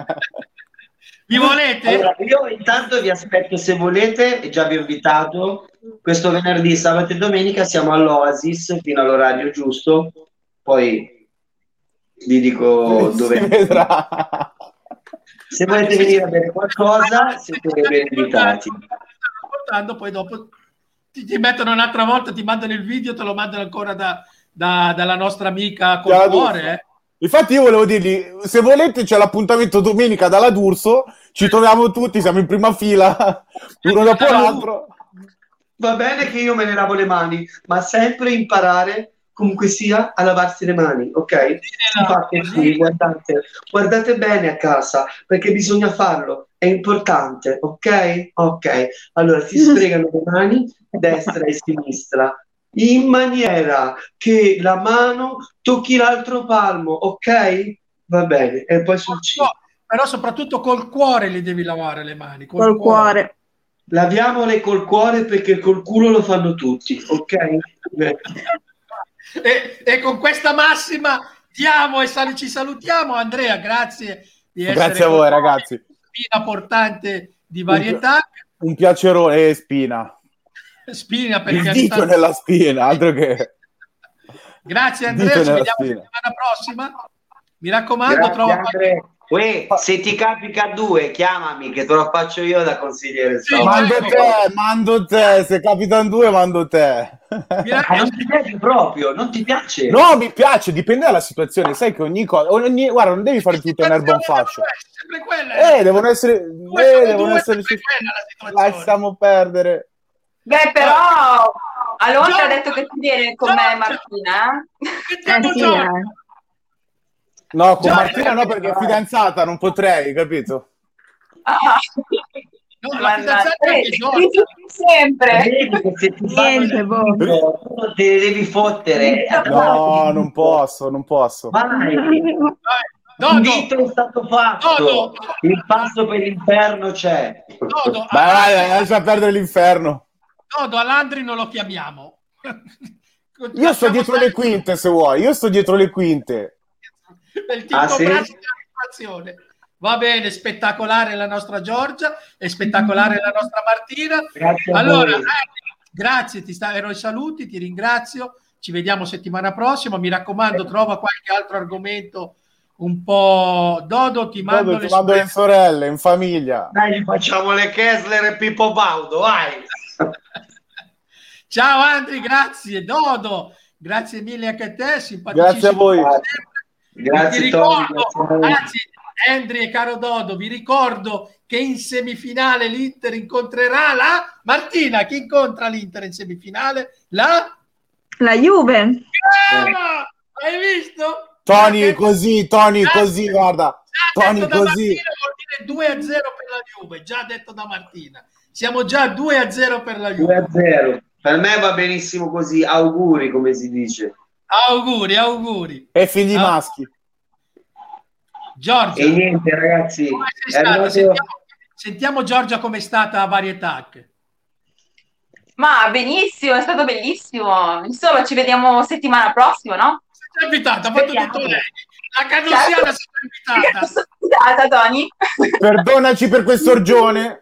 Vi volete? Allora, io intanto vi aspetto se volete, e già vi ho invitato. Questo venerdì, sabato e domenica siamo all'Oasis fino all'orario giusto. Poi vi dico Si dove. vedrà. Se volete venire a bere qualcosa, siete ben invitati. Portando, poi dopo ti, ti mettono un'altra volta, ti mandano il video, te lo mandano ancora da, da- dalla nostra amica col Dalla cuore. D'Urso. Eh. Infatti io volevo dirgli, se volete c'è l'appuntamento domenica dalla D'Urso, ci troviamo tutti, siamo in prima fila, uno dopo l'altro. Va bene che io me ne lavo le mani, ma sempre imparare comunque sia a lavarsi le mani, ok? Infatti, sì, guardate, guardate bene a casa, perché bisogna farlo, è importante, ok? Ok, allora si sfregano le mani destra e sinistra, in maniera che la mano tocchi l'altro palmo, ok? Va bene, e poi sul cibo. No, però soprattutto col cuore li devi lavare le mani. Col, Col cuore. Laviamole col cuore perché col culo lo fanno tutti, ok? E, e con questa massima diamo e sal- ci salutiamo. Andrea, grazie di essere Grazie a con voi, noi, ragazzi. Spina portante di varietà. Un piacerone, eh, Spina. Spina Il perché dito ogni tanto- nella spina, altro che... Grazie Dito Andrea, ci nella vediamo spina. settimana prossima. Mi raccomando, Grazie, trova Andre. Uè, se ti capita due, chiamami che te lo faccio io da consigliere. Sì, stamane. Mando te, mando te, se capitano due mando te. Mi Ah, raccomando, non ti piace proprio, non ti piace? No, mi piace, dipende dalla situazione, sai che ogni cosa, ogni, guarda, non devi fare tutto in erba un fascio. sempre quella, Eh, devono essere, Due eh, sono devono due, essere, sempre quella la situazione. lasciamo perdere. Beh, però Alonso Giorgio, ha detto che ti viene con me Giorgio. Martina. Mettiamo Eh sì, Giorgio. eh. No, con Già, Martina no, perché è fidanzata, non potrei, capito? Ah, No, la mannaggia. fidanzata è anche Eh, Giorgio. dici sempre. Vedi che se ti fanno Niente, il boh. video, tu te ne devi fottere. No, non posso, non posso. Vai, Vai, Dodo, l'invito è stato fatto, Dodo. il passo per l'inferno c'è. Dodo, Vai, vai, lascia perdere l'inferno. Dodo, Alandri non lo chiamiamo. Io sto dietro le quinte, se vuoi, io sto dietro le quinte. Il Ah, Tinto sì? Brassi della situazione. Va bene, spettacolare la nostra Giorgia e spettacolare la nostra Martina. Grazie a Allora, voi. eh, grazie, ti sta, ero i saluti, ti ringrazio. Ci vediamo settimana prossima. Mi raccomando, trova qualche altro argomento un po'. Dodo, ti mando Dodo, le ti mando sue- le sorelle, in famiglia. Dai, facciamo le Kessler e Pippo Baudo, vai. Ciao Andri, grazie. Dodo, grazie mille anche a te, simpaticissimo. Grazie a voi. Grazie, vi Tony, ricordo, grazie a voi. anzi, Andri e caro Dodo, vi ricordo che in semifinale l'Inter incontrerà la Martina. Chi incontra l'Inter in semifinale? La La Juve. Brava! Hai visto? Tony, Perché- così, Tony, Grazie. così, guarda. Già Tony, detto da così. Martina vuol dire due a zero per la Juve, già detto da Martina. Siamo già due a zero per la Juve. due a zero. Per me va benissimo così, auguri come si dice. Auguri, auguri. E figli ah. maschi. Giorgia. E niente ragazzi. È arrivato... sentiamo, sentiamo Giorgia com'è stata a Varietac. Ma benissimo, è stato bellissimo. Insomma, ci vediamo settimana prossima, no? Sei invitata, ha fatto tutto lei. La Cannussiana si è invitata. Sono invitata, Tony. Perdonaci per quest'orgione.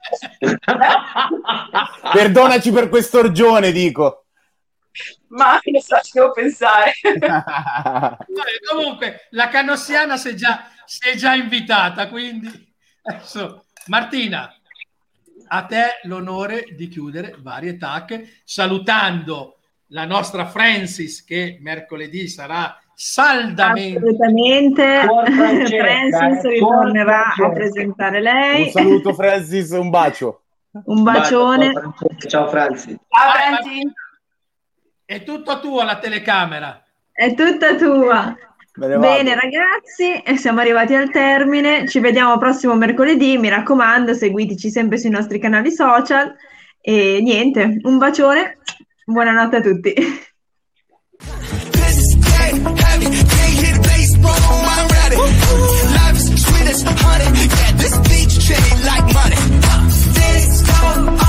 Perdonaci per quest'orgione, dico. Ma ne so, ci devo pensare. Comunque, la Cannossiana si è già, si è già invitata, quindi adesso, Martina, a te l'onore di chiudere Varietac, salutando la nostra Francis che mercoledì sarà saldamente. Assolutamente. Francis ritornerà a presentare lei. Un saluto Francis, un bacio. Un bacione. Ciao Francis. Ciao Francis. È tutto tuo la telecamera. È tutta tua. Bene ragazzi, siamo arrivati al termine, ci vediamo prossimo mercoledì, mi raccomando seguiteci sempre sui nostri canali social e niente, un bacione, buonanotte a tutti. Life is sweet as honey. Yeah, this beach chain like money. This